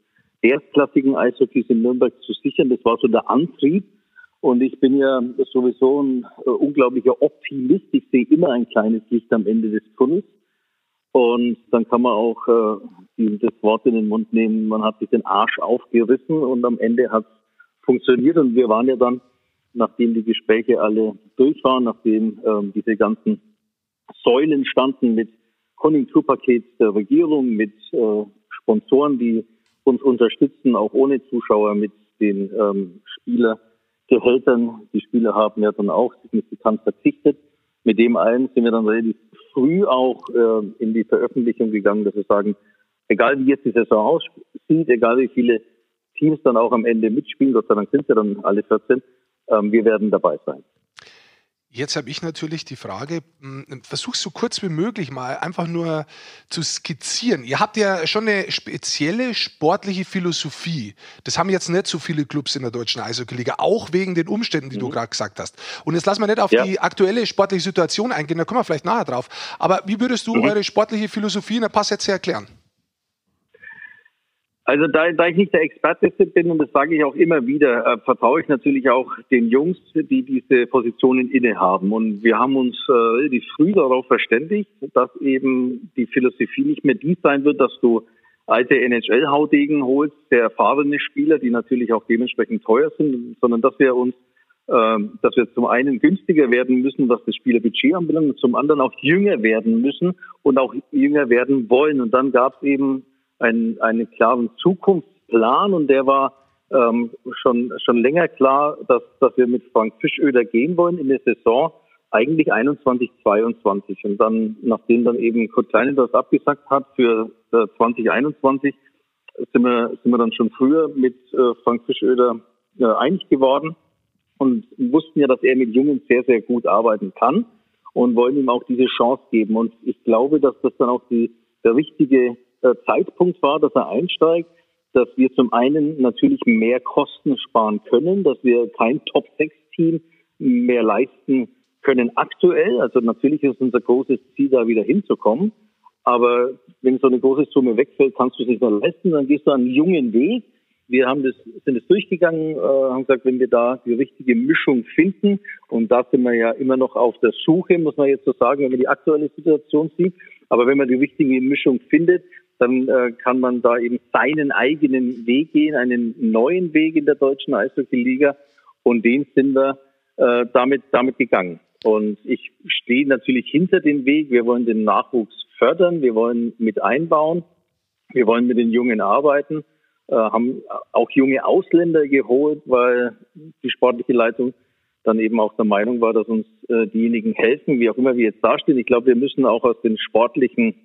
erstklassigen Eishockeys in Nürnberg zu sichern. Das war so der Antrieb. Und ich bin ja sowieso ein äh, unglaublicher Optimist. Ich sehe immer ein kleines Licht am Ende des Tunnels. Und dann kann man auch äh, die, das Wort in den Mund nehmen, man hat sich den Arsch aufgerissen und am Ende hat es funktioniert. Und wir waren ja dann, nachdem die Gespräche alle durch waren, nachdem ähm, diese ganzen Säulen standen mit Konjunkturpaket der Regierung, mit äh, Sponsoren, die uns unterstützen, auch ohne Zuschauer, mit den ähm, Spielergehältern. Die Spieler haben ja dann auch signifikant verzichtet. Mit dem allen sind wir dann relativ früh auch äh, in die Veröffentlichung gegangen, dass wir sagen, egal wie jetzt die Saison aussieht, egal wie viele Teams dann auch am Ende mitspielen, Gott sei Dank sind ja dann alle vierzehn, ähm, wir werden dabei sein. Jetzt habe ich natürlich die Frage, versuch so kurz wie möglich mal einfach nur zu skizzieren. Ihr habt ja schon eine spezielle sportliche Philosophie. Das haben jetzt nicht so viele Clubs in der deutschen Eishockey-Liga, auch wegen den Umständen, die mhm. du gerade gesagt hast. Und jetzt lassen wir nicht auf ja. die aktuelle sportliche Situation eingehen, da kommen wir vielleicht nachher drauf. Aber wie würdest du mhm. eure sportliche Philosophie in ein paar Sätze erklären? Also da, da ich nicht der Experte bin, und das sage ich auch immer wieder, äh, vertraue ich natürlich auch den Jungs, die diese Positionen innehaben. Und wir haben uns äh, relativ früh darauf verständigt, dass eben die Philosophie nicht mehr die sein wird, dass du alte N H L-Haudegen holst, sehr erfahrene Spieler, die natürlich auch dementsprechend teuer sind, sondern dass wir uns, äh, dass wir zum einen günstiger werden müssen, was das Spielerbudget anbelangt, und zum anderen auch jünger werden müssen und auch jünger werden wollen. Und dann gab es eben Ein, einen klaren Zukunftsplan, und der war ähm, schon schon länger klar, dass dass wir mit Frank Fischöder gehen wollen in der Saison eigentlich einundzwanzig zweiundzwanzig, und dann, nachdem dann eben Kurt Kleine das abgesagt hat für äh, zwanzig einundzwanzig, sind wir sind wir dann schon früher mit äh, Frank Fischöder äh, einig geworden und wussten ja, dass er mit Jungen sehr sehr gut arbeiten kann und wollen ihm auch diese Chance geben. Und ich glaube, dass das dann auch die der richtige Zeitpunkt war, dass er einsteigt, dass wir zum einen natürlich mehr Kosten sparen können, dass wir kein Top sechs Team mehr leisten können aktuell. Also natürlich ist unser großes Ziel, da wieder hinzukommen. Aber wenn so eine große Summe wegfällt, kannst du es nicht mehr leisten, dann gehst du einen jungen Weg. Wir haben das, sind es durchgegangen, äh, haben gesagt, wenn wir da die richtige Mischung finden, und da sind wir ja immer noch auf der Suche, muss man jetzt so sagen, wenn man die aktuelle Situation sieht. Aber wenn man die richtige Mischung findet, dann äh, kann man da eben seinen eigenen Weg gehen, einen neuen Weg in der deutschen Eishockey-Liga, und den sind wir äh, damit damit gegangen. Und ich stehe natürlich hinter dem Weg. Wir wollen den Nachwuchs fördern, wir wollen mit einbauen, wir wollen mit den Jungen arbeiten, äh, haben auch junge Ausländer geholt, weil die sportliche Leitung dann eben auch der Meinung war, dass uns äh, diejenigen helfen, wie auch immer wir jetzt dastehen. Ich glaube, wir müssen auch aus den sportlichen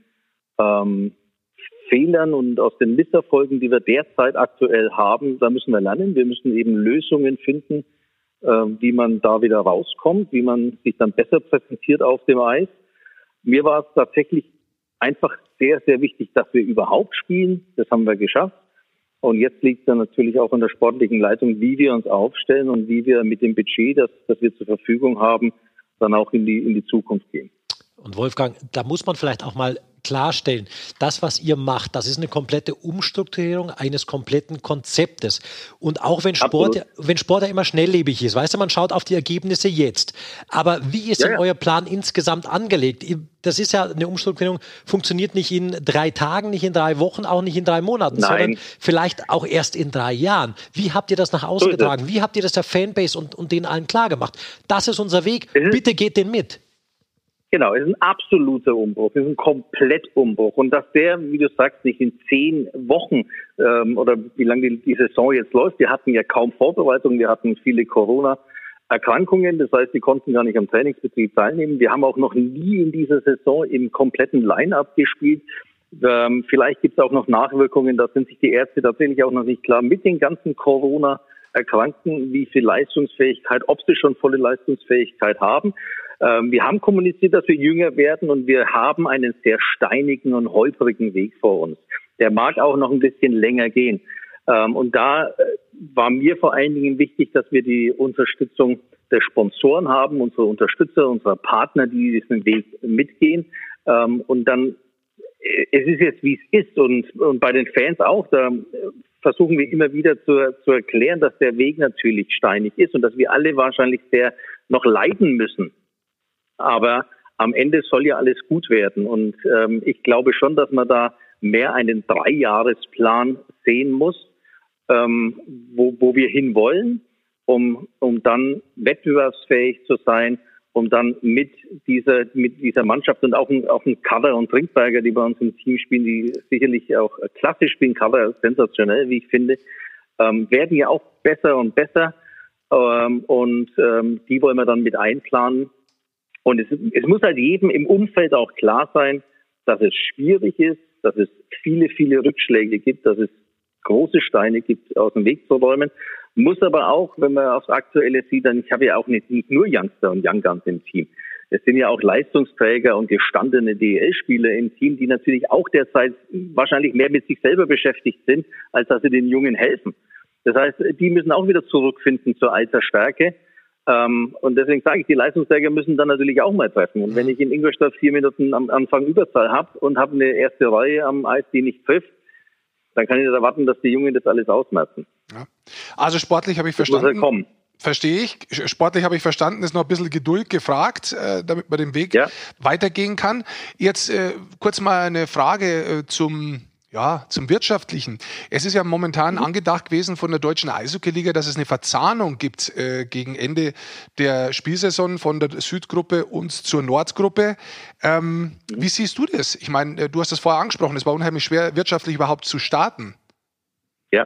ähm, Fehlern und aus den Misserfolgen, die wir derzeit aktuell haben, da müssen wir lernen. Wir müssen eben Lösungen finden, äh, wie man da wieder rauskommt, wie man sich dann besser präsentiert auf dem Eis. Mir war es tatsächlich einfach sehr, sehr wichtig, dass wir überhaupt spielen. Das haben wir geschafft. Und jetzt liegt dann natürlich auch an der sportlichen Leitung, wie wir uns aufstellen und wie wir mit dem Budget, das, das wir zur Verfügung haben, dann auch in die, in die Zukunft gehen. Und Wolfgang, da muss man vielleicht auch mal klarstellen, das, was ihr macht, das ist eine komplette Umstrukturierung eines kompletten Konzeptes. Und auch wenn Sport, ja, wenn Sport ja immer schnelllebig ist, weißt du, man schaut auf die Ergebnisse jetzt. Aber wie ist ja, denn ja. euer Plan insgesamt angelegt? Das ist ja eine Umstrukturierung, funktioniert nicht in drei Tagen, nicht in drei Wochen, auch nicht in drei Monaten, Nein. sondern vielleicht auch erst in drei Jahren. Wie habt ihr das nach außen so getragen? Wie habt ihr das der Fanbase und, und denen allen klar gemacht? Das ist unser Weg. Bitte geht den mit. Genau, es ist ein absoluter Umbruch, es ist ein Komplettumbruch. Und dass der, wie du sagst, nicht in zehn Wochen ähm, oder wie lange die, die Saison jetzt läuft, wir hatten ja kaum Vorbereitung, wir hatten viele Corona-Erkrankungen, das heißt, die konnten gar nicht am Trainingsbetrieb teilnehmen. Wir haben auch noch nie in dieser Saison im kompletten Line-Up gespielt. Ähm, vielleicht gibt es auch noch Nachwirkungen, da sind sich die Ärzte tatsächlich auch noch nicht klar mit den ganzen Corona-Erkrankten, wie viel Leistungsfähigkeit, ob sie schon volle Leistungsfähigkeit haben. Wir haben kommuniziert, dass wir jünger werden, und wir haben einen sehr steinigen und holprigen Weg vor uns. Der mag auch noch ein bisschen länger gehen. Und da war mir vor allen Dingen wichtig, dass wir die Unterstützung der Sponsoren haben, unsere Unterstützer, unsere Partner, die diesen Weg mitgehen. Und dann, es ist jetzt, wie es ist, und, und bei den Fans auch, da versuchen wir immer wieder zu, zu erklären, dass der Weg natürlich steinig ist und dass wir alle wahrscheinlich sehr noch leiden müssen. Aber am Ende soll ja alles gut werden. Und ähm, ich glaube schon, dass man da mehr einen Dreijahresplan sehen muss, ähm, wo, wo wir hinwollen, um, um dann wettbewerbsfähig zu sein, um dann mit dieser, mit dieser Mannschaft und auch ein, auch ein Kader und Trinkberger, die bei uns im Team spielen, die sicherlich auch klassisch spielen, Kader sensationell, wie ich finde, ähm, werden ja auch besser und besser. Ähm, und ähm, die wollen wir dann mit einplanen. Und es, es muss halt jedem im Umfeld auch klar sein, dass es schwierig ist, dass es viele, viele Rückschläge gibt, dass es große Steine gibt, aus dem Weg zu räumen. Muss aber auch, wenn man aufs Aktuelle sieht, dann ich habe ja auch nicht, nicht nur Youngster und Young Guns im Team. Es sind ja auch Leistungsträger und gestandene D E L-Spieler im Team, die natürlich auch derzeit wahrscheinlich mehr mit sich selber beschäftigt sind, als dass sie den Jungen helfen. Das heißt, die müssen auch wieder zurückfinden zur alter Stärke. Ähm, und deswegen sage ich, die Leistungsträger müssen dann natürlich auch mal treffen. Und wenn ich in Ingolstadt vier Minuten am Anfang Überzahl habe und habe eine erste Reihe am Eis, die nicht trifft, dann kann ich nicht erwarten, dass die Jungen das alles ausmerzen. Ja. Also sportlich habe ich verstanden. Kommen. Verstehe ich. Sportlich habe ich verstanden, ist noch ein bisschen Geduld gefragt, äh, damit man den Weg ja. weitergehen kann. Jetzt äh, kurz mal eine Frage äh, zum, ja, zum Wirtschaftlichen. Es ist ja momentan mhm. angedacht gewesen von der Deutschen Eishockey-Liga, dass es eine Verzahnung gibt äh, gegen Ende der Spielsaison von der Südgruppe und zur Nordgruppe. Ähm, mhm. Wie siehst du das? Ich meine, du hast das vorher angesprochen, es war unheimlich schwer, wirtschaftlich überhaupt zu starten. Ja.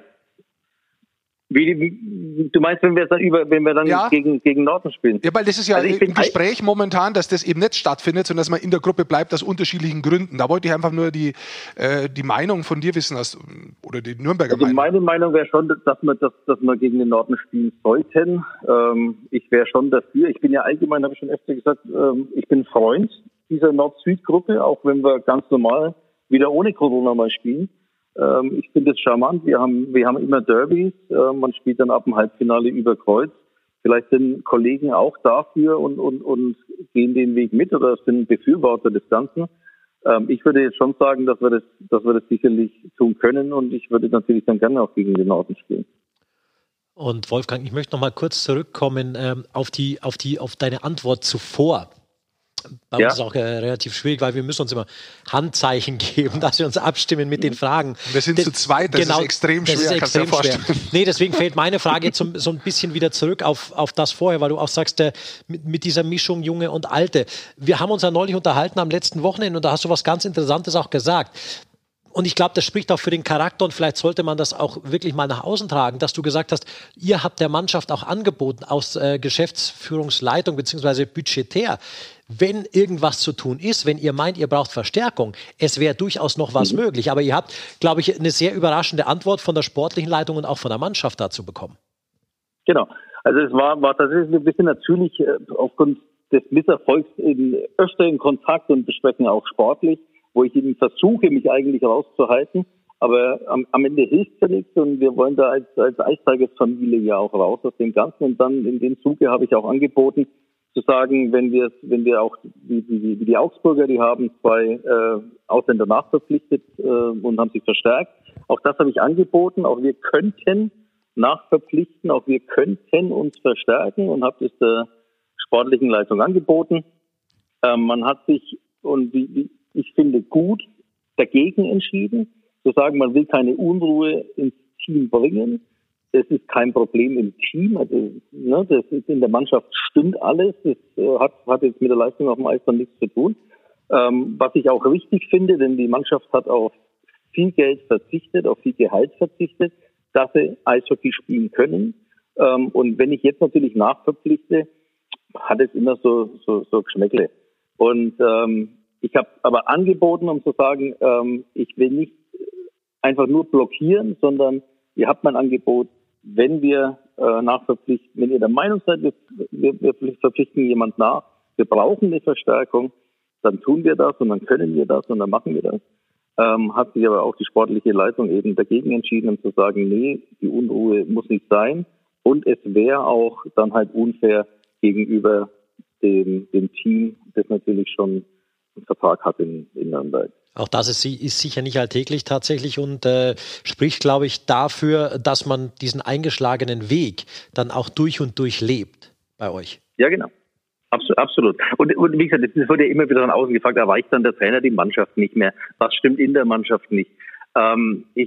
Wie, wie, du meinst, wenn wir dann über, wenn wir dann ja. gegen, gegen Norden spielen? Ja, weil das ist ja also im Gespräch momentan, dass das eben nicht stattfindet, sondern dass man in der Gruppe bleibt aus unterschiedlichen Gründen. Da wollte ich einfach nur die, äh, die Meinung von dir wissen, aus, oder die Nürnberger also Meinung. Meine Meinung wäre schon, dass wir, dass, dass wir gegen den Norden spielen sollten. Ähm, ich wäre schon dafür. Ich bin ja allgemein, habe ich schon öfter gesagt, ähm, ich bin Freund dieser Nord-Süd-Gruppe, auch wenn wir ganz normal wieder ohne Corona mal spielen. Ich finde es charmant. Wir haben, wir haben immer Derbys. Man spielt dann ab dem Halbfinale über Kreuz. Vielleicht sind Kollegen auch dafür und, und, und gehen den Weg mit oder sind Befürworter des Ganzen. Ich würde jetzt schon sagen, dass wir das, dass wir das sicherlich tun können und ich würde natürlich dann gerne auch gegen den Norden spielen. Und Wolfgang, ich möchte noch mal kurz zurückkommen ähm, auf die, auf die, auf deine Antwort zuvor. Bei ja. uns ist es auch äh, relativ schwierig, weil wir müssen uns immer Handzeichen geben, dass wir uns abstimmen mit den Fragen. Wir sind das, zu zweit, das genau, ist extrem schwer, das ist kannst du dir vorstellen. Schwer. Nee, deswegen fällt meine Frage jetzt so, so ein bisschen wieder zurück auf, auf das vorher, weil du auch sagst, äh, mit, mit dieser Mischung Junge und Alte. Wir haben uns ja neulich unterhalten am letzten Wochenende und da hast du was ganz Interessantes auch gesagt. Und ich glaube, das spricht auch für den Charakter und vielleicht sollte man das auch wirklich mal nach außen tragen, dass du gesagt hast, ihr habt der Mannschaft auch angeboten aus äh, Geschäftsführungsleitung bzw. budgetär, wenn irgendwas zu tun ist, wenn ihr meint, ihr braucht Verstärkung, es wäre durchaus noch was mhm. möglich. Aber ihr habt, glaube ich, eine sehr überraschende Antwort von der sportlichen Leitung und auch von der Mannschaft dazu bekommen. Genau. Also es war, war tatsächlich ein bisschen natürlich äh, aufgrund des Misserfolgs in, öfter in Kontakt und besprechen auch sportlich, wo ich eben versuche, mich eigentlich rauszuhalten. Aber am, am Ende hilft ja nichts und wir wollen da als, als Eistagesfamilie ja auch raus aus dem Ganzen. Und dann in dem Zuge habe ich auch angeboten, zu sagen, wenn wir wenn wir auch, wie, wie, wie die Augsburger, die haben zwei äh, Ausländer nachverpflichtet äh, und haben sich verstärkt. Auch das habe ich angeboten. Auch wir könnten nachverpflichten, auch wir könnten uns verstärken und habe das der sportlichen Leitung angeboten. Ähm, man hat sich, und wie, wie ich finde, gut dagegen entschieden, zu sagen, man will keine Unruhe ins Team bringen. Es ist kein Problem im Team. Also, ne, das ist in der Mannschaft stimmt alles. Das äh, hat, hat jetzt mit der Leistung auf dem Eis dann nichts zu tun. Ähm, was ich auch richtig finde, denn die Mannschaft hat auf viel Geld verzichtet, auf viel Gehalt verzichtet, dass sie Eishockey spielen können. Ähm, und wenn ich jetzt natürlich nachverpflichte, hat es immer so, so, so Geschmäckle. Und ähm, ich habe aber angeboten, um zu sagen, ähm, ich will nicht einfach nur blockieren, sondern ihr habt mein Angebot, wenn wir äh, nachverpflichten, wenn ihr der Meinung seid, wir, wir, wir verpflichten jemand nach, wir brauchen eine Verstärkung, dann tun wir das und dann können wir das und dann machen wir das. Ähm, hat sich aber auch die sportliche Leitung eben dagegen entschieden, um zu sagen, nee, die Unruhe muss nicht sein und es wäre auch dann halt unfair gegenüber dem, dem Team, das natürlich schon einen Vertrag hat in, in Nürnberg. Auch das ist, ist sicher nicht alltäglich tatsächlich und äh, spricht, glaube ich, dafür, dass man diesen eingeschlagenen Weg dann auch durch und durch lebt bei euch. Ja, genau. Absolut. absolut. Und, und wie gesagt, es wurde ja immer wieder von außen gefragt, erreicht dann der Trainer die Mannschaft nicht mehr? Was stimmt in der Mannschaft nicht? Ähm, ich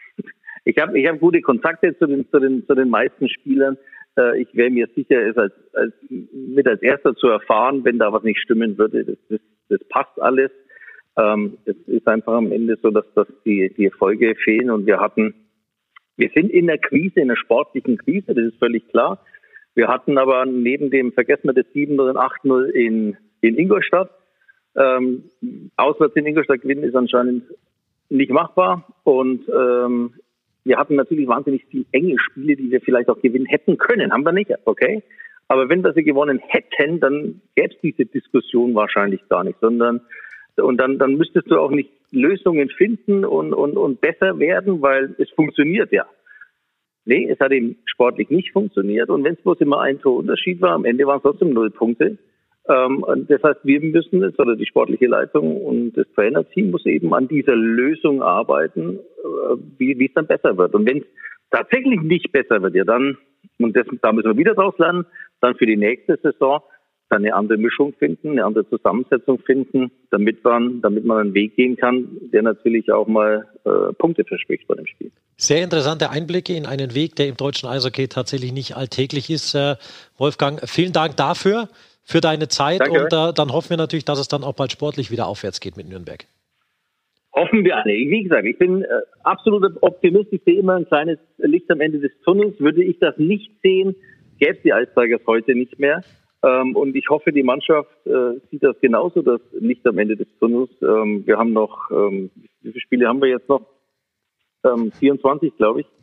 ich habe ich hab gute Kontakte zu den, zu den, zu den meisten Spielern. Äh, ich wäre mir sicher, es als, als, mit als Erster zu erfahren, wenn da was nicht stimmen würde. Das, das, das passt alles. Ähm, es ist einfach am Ende so, dass, dass die, die Erfolge fehlen und wir hatten, wir sind in der Krise, in der sportlichen Krise, das ist völlig klar. Wir hatten aber neben dem, vergessen wir das sieben null und acht null in, in Ingolstadt. Ähm, auswärts in Ingolstadt gewinnen ist anscheinend nicht machbar und ähm, wir hatten natürlich wahnsinnig viele enge Spiele, die wir vielleicht auch gewinnen hätten können. Haben wir nicht, okay. Aber wenn wir sie gewonnen hätten, dann gäbe es diese Diskussion wahrscheinlich gar nicht, sondern und dann, dann müsstest du auch nicht Lösungen finden und, und, und besser werden, weil es funktioniert ja. Nee, es hat eben sportlich nicht funktioniert und wenn es bloß immer ein Torunterschied war, am Ende waren es trotzdem null Punkte. Ähm, und das heißt, wir müssen es, oder die sportliche Leitung und das Trainerteam muss eben an dieser Lösung arbeiten, äh, wie wie es dann besser wird. Und wenn es tatsächlich nicht besser wird, ja dann, und das, da müssen wir wieder draus lernen, dann für die nächste Saison dann eine andere Mischung finden, eine andere Zusammensetzung finden, damit man, damit man einen Weg gehen kann, der natürlich auch mal äh, Punkte verspricht bei dem Spiel. Sehr interessante Einblicke in einen Weg, der im deutschen Eishockey tatsächlich nicht alltäglich ist. Äh, Wolfgang, vielen Dank dafür, für deine Zeit. Danke. Und äh, dann hoffen wir natürlich, dass es dann auch bald sportlich wieder aufwärts geht mit Nürnberg. Hoffen wir alle. Wie gesagt, ich bin äh, absoluter Optimist. Ich sehe immer ein kleines Licht am Ende des Tunnels. Würde ich das nicht sehen, gäbe es die Ice Tigers heute nicht mehr. Ähm, und ich hoffe, die Mannschaft äh, sieht das genauso, das Licht am Ende des Tunnels. Ähm, wir haben noch, ähm, wie viele Spiele haben wir jetzt noch? Ähm, vierundzwanzig, glaube ich.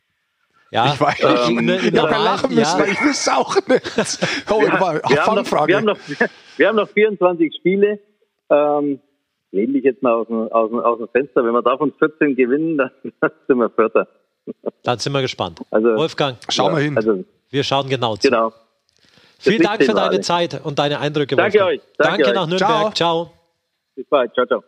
Ja, ich weiß ähm, nicht. Ich habe lachen müssen, ja. Ich wüsste auch nicht. Oh, ja, mal, wir, haben noch, wir, haben noch, wir haben noch vierundzwanzig Spiele. Ähm, lehne ich jetzt mal aus dem, aus, dem, aus dem Fenster. Wenn wir davon vierzehn gewinnen, dann, dann sind wir Vierter. Dann sind wir gespannt. Also, Wolfgang, schauen wir hin. Also, wir schauen genau zu. Genau. Vielen Dank für deine Zeit und deine Eindrücke. Danke Wolfgang. euch. Danke, Danke euch. nach Nürnberg. Ciao. Ciao. Bis bald. Ciao, ciao.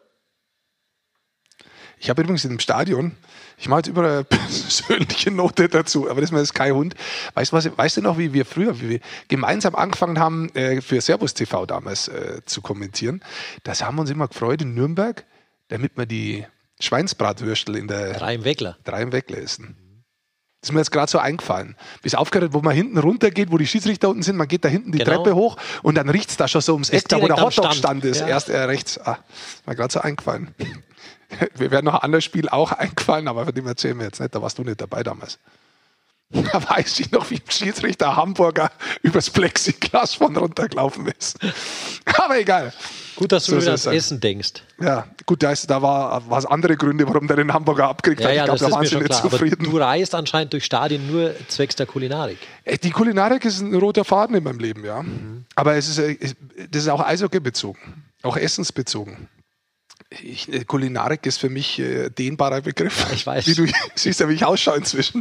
Ich habe übrigens in dem Stadion, ich mache jetzt immer eine persönliche Note dazu, aber das ist kein Hund. Weißt du, was, weißt du noch, wie wir früher, wie wir gemeinsam angefangen haben, äh, für Servus T V damals äh, zu kommentieren? Das haben wir uns immer gefreut in Nürnberg, damit wir die Schweinsbratwürstel in der Drei im Weckler. Drei im Weckler essen. Das ist mir jetzt gerade so eingefallen. Bis aufgehört, wo man hinten runter geht, wo die Schiedsrichter unten sind, man geht da hinten die Genau. Treppe hoch und dann riecht es da schon so ums Eck, da wo der Hotdog stand ist. Ja. Erst äh, rechts. Ah, ist mir gerade so eingefallen. Wir werden noch ein anderes Spiel auch eingefallen, aber von dem erzählen wir jetzt nicht. Da warst du nicht dabei damals. Da weiß ich noch, wie ein Schiedsrichter Hamburger übers Plexiglas von runtergelaufen ist. Aber egal. Gut, dass du So wieder soll's ans sein. Essen denkst. Ja, gut, da, ist, da war es andere Gründe, warum der den Hamburger abkriegt Ja, hat. ja, Ich glaube, das da ist waren mir sie schon nicht klar. Aber zufrieden. du reist anscheinend durch Stadien nur zwecks der Kulinarik. Die Kulinarik ist ein roter Faden in meinem Leben, ja. Mhm. Aber es ist, äh, das ist auch Eishockey bezogen, auch essensbezogen. Ich, äh, Kulinarik ist für mich äh, dehnbarer Begriff. Ich weiß. Wie du siehst ja, wie ich ausschaue inzwischen.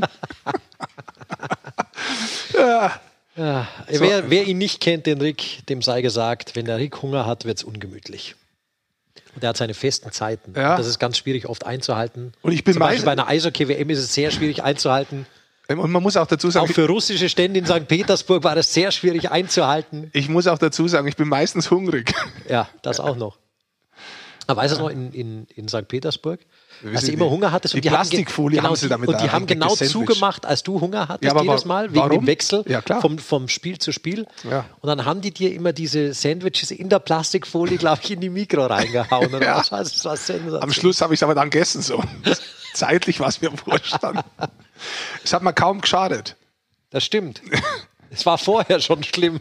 Ja. Ja, So. wer, wer ihn nicht kennt, den Rick, dem sei gesagt, wenn der Rick Hunger hat, wird es ungemütlich. Und er hat seine festen Zeiten. Ja. Und das ist ganz schwierig oft einzuhalten. Und ich bin Zum Beispiel meist- bei einer Eishockey-W M ist es sehr schwierig einzuhalten. Und man muss auch dazu sagen, Auch für russische Stände in Sankt Petersburg war das sehr schwierig einzuhalten. ich muss auch dazu sagen, ich bin meistens hungrig. Ja, das auch noch. Aber weißt du noch, in, in, in Sankt Petersburg, Wir als wissen du immer die- Hunger hattest die und die haben, ge- Plastikfolie genau, haben sie die, damit und die da haben genau gesandwiched. zugemacht, als du Hunger hattest, Ja, aber jedes wa- Mal, wegen warum? dem Wechsel Ja, klar. vom, vom Spiel zu Spiel. Ja. Und dann haben die dir immer diese Sandwiches in der Plastikfolie, glaube ich, in die Mikro reingehauen. Und Ja. das war, das war sensationell. Am Schluss habe ich es aber dann gegessen. So. Zeitlich war es mir wurscht dann. Es hat mir kaum geschadet. Das stimmt. Es war vorher schon schlimm.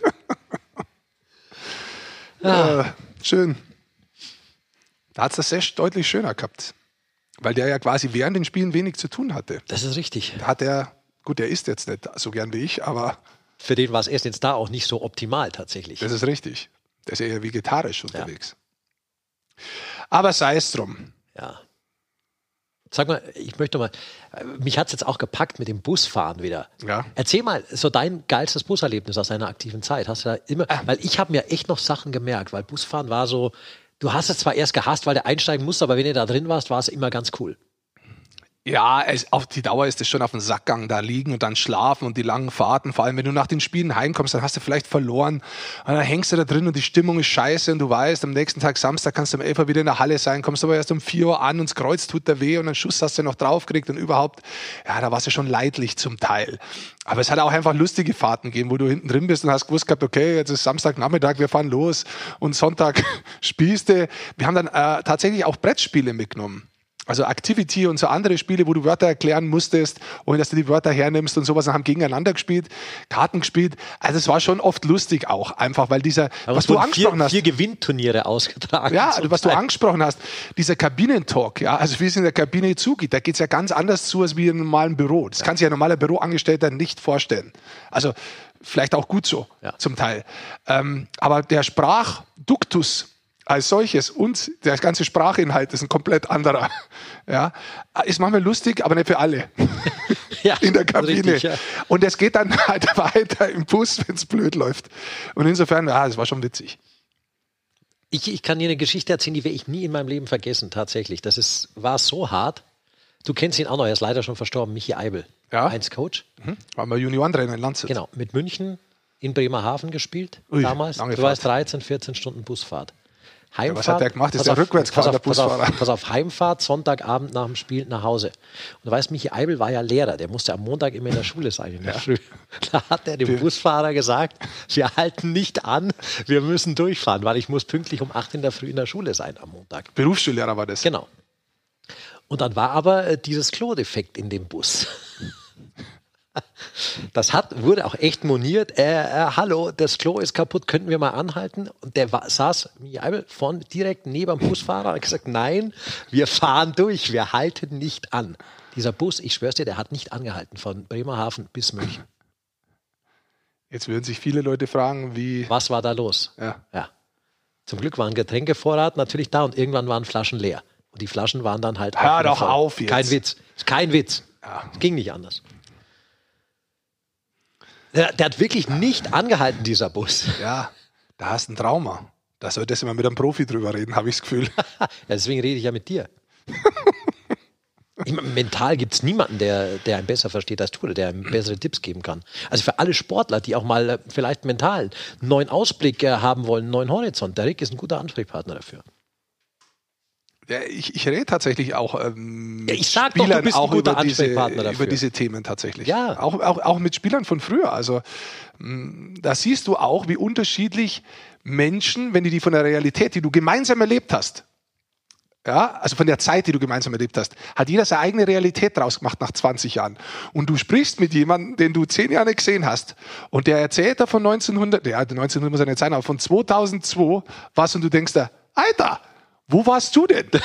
Äh, schön. Da hat es das Sesh deutlich schöner gehabt. Weil der ja quasi während den Spielen wenig zu tun hatte. Das ist richtig. Da hat er, gut, der isst jetzt nicht so gern wie ich, aber Für den war es erst jetzt da auch nicht so optimal tatsächlich. das ist richtig. Der ist eher vegetarisch unterwegs. Aber sei es drum. Ja. Sag mal, ich möchte mal, mich hat es jetzt auch gepackt mit dem Busfahren wieder. Ja. Erzähl mal, so dein geilstes Buserlebnis aus deiner aktiven Zeit. Hast du da immer, weil ich habe mir echt noch Sachen gemerkt, weil Busfahren war so, Du hast es zwar erst gehasst, weil du einsteigen musst, aber wenn du da drin warst, war es immer ganz cool. Ja, es, auf die Dauer ist es schon auf dem Sackgang da liegen und dann schlafen und die langen Fahrten. Vor allem, wenn du nach den Spielen heimkommst, dann hast du vielleicht verloren. Und dann hängst du da drin und die Stimmung ist scheiße und du weißt, am nächsten Tag Samstag kannst du um elf Uhr wieder in der Halle sein, kommst aber erst um vier Uhr an und das Kreuz tut dir weh und einen Schuss hast du noch draufgekriegt und überhaupt, ja, da warst du schon leidlich zum Teil. Aber es hat auch einfach lustige Fahrten gegeben, wo du hinten drin bist und hast gewusst gehabt, okay, jetzt ist Samstagnachmittag, wir fahren los und Sonntag spielst du. Wir haben dann äh, tatsächlich auch Brettspiele mitgenommen. Also Activity und so andere Spiele, wo du Wörter erklären musstest, ohne dass du die Wörter hernimmst und sowas, und haben gegeneinander gespielt, Karten gespielt. Also es war schon oft lustig auch, einfach, weil dieser, aber was du angesprochen vier, hast. vier Gewinnturniere ausgetragen. Ja, was du Teil. angesprochen hast, dieser Kabinentalk, ja, also wie es in der Kabine zugeht, da geht's ja ganz anders zu als wie in einem normalen Büro. Das ja. kann sich ein normaler Büroangestellter nicht vorstellen. Also vielleicht auch gut so, ja. zum Teil. Ähm, aber der Sprachduktus als solches und der ganze Sprachinhalt ist ein komplett anderer. Ja, ist manchmal lustig, aber nicht für alle. Ja, in der Kabine. Richtig, ja. Und es geht dann halt weiter im Bus, wenn es blöd läuft. Und insofern, ja, das war schon witzig. Ich, ich kann dir eine Geschichte erzählen, die werde ich nie in meinem Leben vergessen, tatsächlich. Das ist, war so hart. Du kennst ihn auch noch, er ist leider schon verstorben, Michi Eibel. Ja. eins Coach. Mhm. War mal Juniorentrainer in Landshut. Genau, mit München in Bremerhaven gespielt. Ui, damals. Du weißt, dreizehn, vierzehn Stunden Busfahrt. Heimfahrt, ja, was hat der gemacht? Ist der rückwärts gefahren, der Busfahrer? Pass auf, pass auf, Heimfahrt, Sonntagabend nach dem Spiel nach Hause. Und du weißt, Michi Eibel war ja Lehrer, der musste am Montag immer in der Schule sein, in der ja. Früh. Da hat er dem wir Busfahrer gesagt, wir halten nicht an, wir müssen durchfahren, weil ich muss pünktlich um acht in der Früh in der Schule sein am Montag. Berufsschullehrer war das? Genau. Und dann war aber äh, dieses Klo-Defekt in dem Bus. Das hat, wurde auch echt moniert. Äh, äh, hallo, das Klo ist kaputt, könnten wir mal anhalten? Und der war, saß von direkt neben dem Busfahrer und hat gesagt, nein, wir fahren durch, wir halten nicht an. Dieser Bus, ich schwör's dir, der hat nicht angehalten von Bremerhaven bis München. Jetzt würden sich viele Leute fragen, wie... Was war da los? Ja. Ja. Zum Glück war ein Getränkevorrat natürlich da und irgendwann waren Flaschen leer. Und die Flaschen waren dann halt... Hör doch auf jetzt. Kein Witz. Kein Witz. Ja. Es ging nicht anders. Der, der hat wirklich nicht angehalten, dieser Bus. Ja, da hast du ein Trauma. Da solltest du mal mit einem Profi drüber reden, habe ich das Gefühl. Ja, deswegen rede ich ja mit dir. Ich meine, mental gibt es niemanden, der, der einen besser versteht als du, oder der einem bessere Tipps geben kann. Also für alle Sportler, die auch mal äh, vielleicht mental einen neuen Ausblick äh, haben wollen, einen neuen Horizont, der Rick ist ein guter Ansprechpartner dafür. Ja, ich, ich rede tatsächlich auch ähm, ja, ich sag Spielern doch, du bist ein auch guter über, diese, Ansprechpartner über diese Themen tatsächlich. Ja. Auch, auch, auch mit Spielern von früher. Also mh, da siehst du auch, wie unterschiedlich Menschen, wenn du die von der Realität, die du gemeinsam erlebt hast, ja, also von der Zeit, die du gemeinsam erlebt hast, hat jeder seine eigene Realität draus gemacht nach zwanzig Jahren. Und du sprichst mit jemandem, den du zehn Jahre nicht gesehen hast, und der erzählt da von neunzehnhundert, ja, neunzehnhundert muss ja nicht sein, aber von zweitausendzwei was, und du denkst da, Alter, wo warst du denn?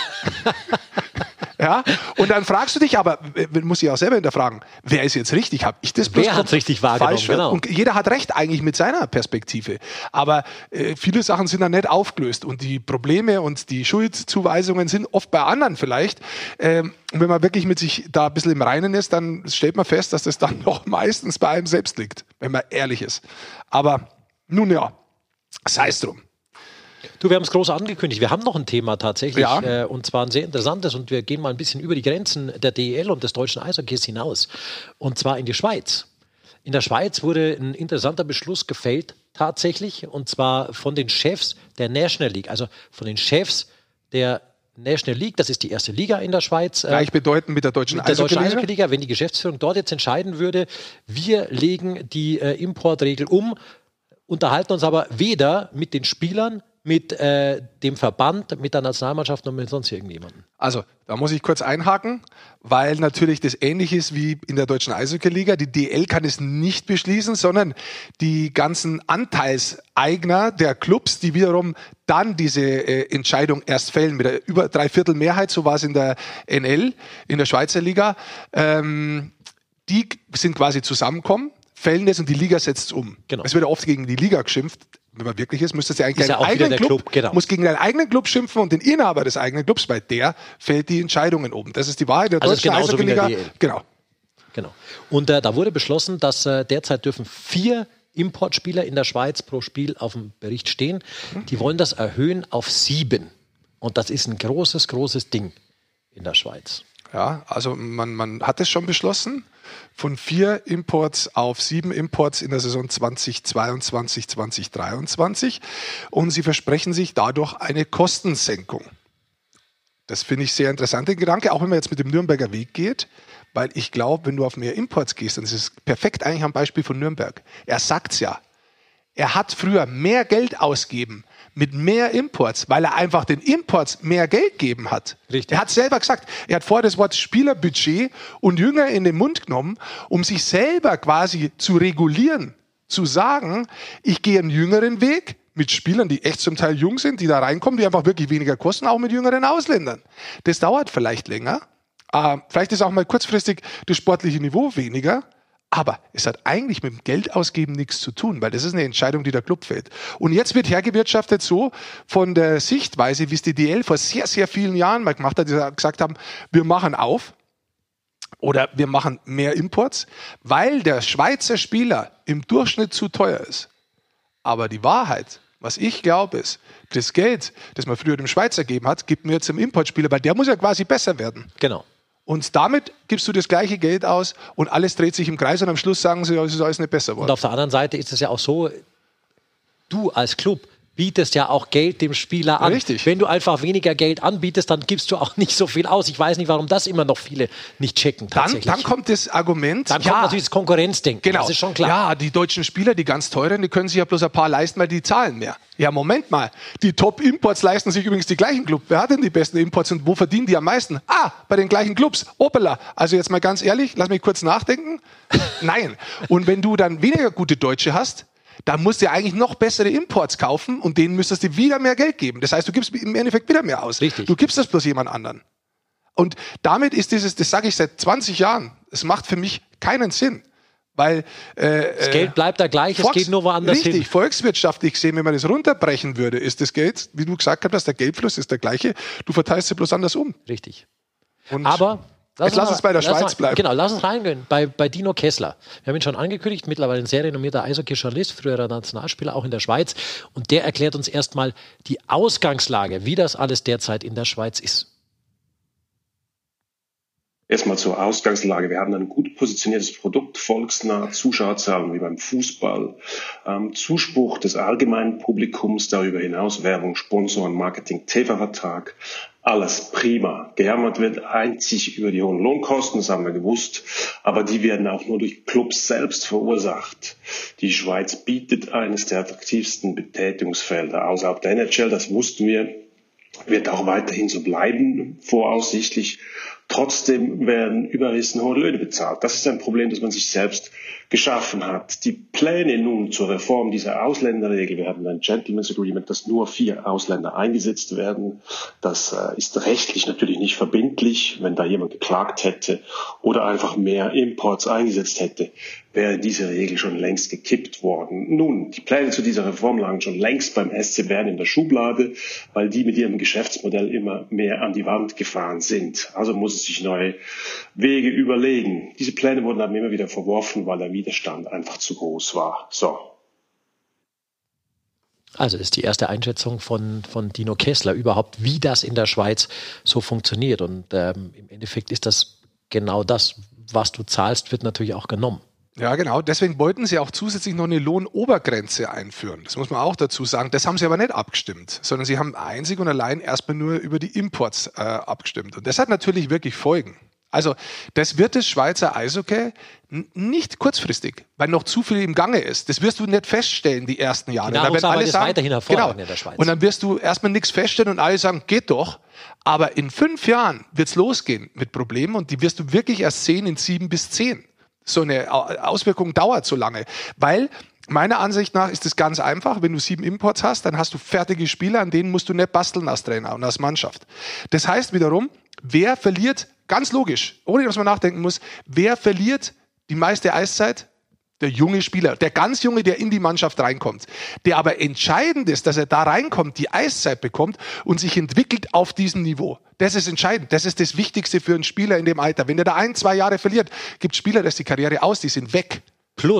Ja, und dann fragst du dich, aber muss ich auch selber hinterfragen, wer ist jetzt richtig? Habe ich das bloß Wer hat richtig wahrgenommen? Falsch? Genau. Und jeder hat recht eigentlich mit seiner Perspektive. Aber äh, viele Sachen sind dann nicht aufgelöst und die Probleme und die Schuldzuweisungen sind oft bei anderen vielleicht. Ähm, und wenn man wirklich mit sich da ein bisschen im Reinen ist, dann stellt man fest, dass das dann doch meistens bei einem selbst liegt, wenn man ehrlich ist. Aber nun ja, sei es drum. Du, wir haben es groß angekündigt. Wir haben noch ein Thema tatsächlich, ja. äh, und zwar ein sehr interessantes, und wir gehen mal ein bisschen über die Grenzen der D E L und des deutschen Eishockeys hinaus, und zwar in die Schweiz. In der Schweiz wurde ein interessanter Beschluss gefällt tatsächlich, und zwar von den Chefs der National League, also von den Chefs der National League, das ist die erste Liga in der Schweiz. Gleichbedeutend mit der deutschen mit der deutschen Eishockey-Liga. Eishockey-Liga, wenn die Geschäftsführung dort jetzt entscheiden würde, wir legen die äh, Importregel um, unterhalten uns aber weder mit den Spielern, mit äh, dem Verband, mit der Nationalmannschaft und mit sonst irgendjemandem. Also, da muss ich kurz einhaken, weil natürlich das ähnlich ist wie in der deutschen Eishockey-Liga. Die D L kann es nicht beschließen, sondern die ganzen Anteilseigner der Clubs, die wiederum dann diese äh, Entscheidung erst fällen mit der über Dreiviertel Mehrheit, so war es in der N L, in der Schweizer Liga, ähm, die sind quasi zusammengekommen, fällen das und die Liga setzt es um. Genau. Es wird ja oft gegen die Liga geschimpft. Wenn man wirklich ist, müsste es ja eigentlich ist ja einen eigenen Club, Club genau. muss gegen einen eigenen Club schimpfen und den Inhaber des eigenen Clubs, weil der fällt die Entscheidungen um. Das ist die Wahrheit der also deutschen Eishockey-Liga. Genau. Genau. Und äh, da wurde beschlossen, dass äh, derzeit dürfen vier Importspieler in der Schweiz pro Spiel auf dem Bericht stehen. Die wollen das erhöhen auf sieben. Und das ist ein großes, großes Ding in der Schweiz. Ja, also man, man hat es schon beschlossen, von vier Imports auf sieben Imports in der Saison zweitausendzweiundzwanzig, zweitausenddreiundzwanzig und sie versprechen sich dadurch eine Kostensenkung. Das finde ich sehr interessant, den Gedanke, auch wenn man jetzt mit dem Nürnberger Weg geht, weil ich glaube, wenn du auf mehr Imports gehst, dann ist es perfekt eigentlich am Beispiel von Nürnberg. Er sagt es ja, er hat früher mehr Geld ausgegeben mit mehr Imports, weil er einfach den Imports mehr Geld gegeben hat. Richtig. Er hat selber gesagt, er hat vorher das Wort Spielerbudget und Jünger in den Mund genommen, um sich selber quasi zu regulieren, zu sagen, ich gehe einen jüngeren Weg mit Spielern, die echt zum Teil jung sind, die da reinkommen, die einfach wirklich weniger kosten, auch mit jüngeren Ausländern. Das dauert vielleicht länger, äh, vielleicht ist auch mal kurzfristig das sportliche Niveau weniger, aber es hat eigentlich mit dem Geldausgeben nichts zu tun, weil das ist eine Entscheidung, die der Club fällt. Und jetzt wird hergewirtschaftet so von der Sichtweise, wie es die D L vor sehr, sehr vielen Jahren mal gemacht hat, die gesagt haben, wir machen auf oder wir machen mehr Imports, weil der Schweizer Spieler im Durchschnitt zu teuer ist. Aber die Wahrheit, was ich glaube, ist, das Geld, das man früher dem Schweizer gegeben hat, gibt mir jetzt dem Importspieler, weil der muss ja quasi besser werden. Genau. Und damit gibst du das gleiche Geld aus und alles dreht sich im Kreis und am Schluss sagen sie, es ist alles nicht besser geworden. Und auf der anderen Seite ist es ja auch so, du als Club bietest ja auch Geld dem Spieler an. Richtig. Wenn du einfach weniger Geld anbietest, dann gibst du auch nicht so viel aus. Ich weiß nicht, warum das immer noch viele nicht checken tatsächlich. Dann, dann kommt das Argument. Dann ja, kommt natürlich das Konkurrenzdenken. Genau. Das ist schon klar. Ja, die deutschen Spieler, die ganz teuren, die können sich ja bloß ein paar leisten, weil die zahlen mehr. Ja, Moment mal. Die Top-Imports leisten sich übrigens die gleichen Clubs. Wer hat denn die besten Imports und wo verdienen die am meisten? Ah, bei den gleichen Clubs. Opala. Also jetzt mal ganz ehrlich, lass mich kurz nachdenken. Nein. Und wenn du dann weniger gute Deutsche hast, dann musst du ja eigentlich noch bessere Imports kaufen und denen müsstest du wieder mehr Geld geben. Das heißt, du gibst im Endeffekt wieder mehr aus. Richtig. Du gibst das bloß jemand anderen. Und damit ist dieses, das sage ich seit zwanzig Jahren, es macht für mich keinen Sinn. Weil äh, das Geld bleibt da gleich, es geht nur woanders richtig, hin. Richtig, volkswirtschaftlich gesehen, wenn man das runterbrechen würde, ist das Geld, wie du gesagt hast, der Geldfluss ist der gleiche, du verteilst es bloß anders um. Richtig. Und Aber jetzt lass uns bei der Schweiz uns, bleiben. Genau, lass uns reingehen bei, bei Dino Kessler. Wir haben ihn schon angekündigt, mittlerweile ein sehr renommierter Eishockey-Journalist, früherer Nationalspieler, auch in der Schweiz. Und der erklärt uns erstmal die Ausgangslage, wie das alles derzeit in der Schweiz ist. Erstmal zur Ausgangslage. Wir haben ein gut positioniertes Produkt, volksnah, Zuschauerzahlen wie beim Fußball, ähm, Zuspruch des allgemeinen Publikums, darüber hinaus Werbung, Sponsoren, Marketing, T V-Vertrag, alles prima. Gejammert wird einzig über die hohen Lohnkosten, das haben wir gewusst, aber die werden auch nur durch Clubs selbst verursacht. Die Schweiz bietet eines der attraktivsten Betätigungsfelder außerhalb der N H L, das wussten wir, wird auch weiterhin so bleiben, voraussichtlich. Trotzdem werden überrissen hohe Löhne bezahlt. Das ist ein Problem, das man sich selbst geschaffen hat. Die Pläne nun zur Reform dieser Ausländerregel, wir hatten ein Gentleman's Agreement, dass nur vier Ausländer eingesetzt werden. Das äh, ist rechtlich natürlich nicht verbindlich. Wenn da jemand geklagt hätte oder einfach mehr Imports eingesetzt hätte, wäre diese Regel schon längst gekippt worden. Nun, die Pläne zu dieser Reform lagen schon längst beim S C Bern in der Schublade, weil die mit ihrem Geschäftsmodell immer mehr an die Wand gefahren sind. Also muss es sich neue Wege überlegen. Diese Pläne wurden aber immer wieder verworfen, weil der Widerstand einfach zu groß war. So. Also das ist die erste Einschätzung von, von Dino Kessler überhaupt, wie das in der Schweiz so funktioniert. Und ähm, im Endeffekt ist das genau das, was du zahlst, wird natürlich auch genommen. Ja, genau. Deswegen wollten sie auch zusätzlich noch eine Lohnobergrenze einführen. Das muss man auch dazu sagen. Das haben sie aber nicht abgestimmt, sondern sie haben einzig und allein erstmal nur über die Imports äh, abgestimmt. Und das hat natürlich wirklich Folgen. Also das wird das Schweizer Eishockey n- nicht kurzfristig, weil noch zu viel im Gange ist. Das wirst du nicht feststellen die ersten Jahre. Die Nahrungsarbeit ist weiterhin hervorragend genau. in der Schweiz. Und dann wirst du erstmal nichts feststellen und alle sagen, geht doch. Aber in fünf Jahren wird es losgehen mit Problemen und die wirst du wirklich erst sehen in sieben bis zehn. So eine Auswirkung dauert so lange, weil meiner Ansicht nach ist es ganz einfach, wenn du sieben Imports hast, dann hast du fertige Spieler, an denen musst du nicht basteln als Trainer und als Mannschaft. Das heißt wiederum, wer verliert, ganz logisch, ohne dass man nachdenken muss, wer verliert die meiste Eiszeit? Der junge Spieler, der ganz junge, der in die Mannschaft reinkommt, der aber entscheidend ist, dass er da reinkommt, die Eiszeit bekommt und sich entwickelt auf diesem Niveau. Das ist entscheidend. Das ist das Wichtigste für einen Spieler in dem Alter. Wenn der da ein, zwei Jahre verliert, gibt es Spieler, das ist die Karriere aus, die sind weg. Plus,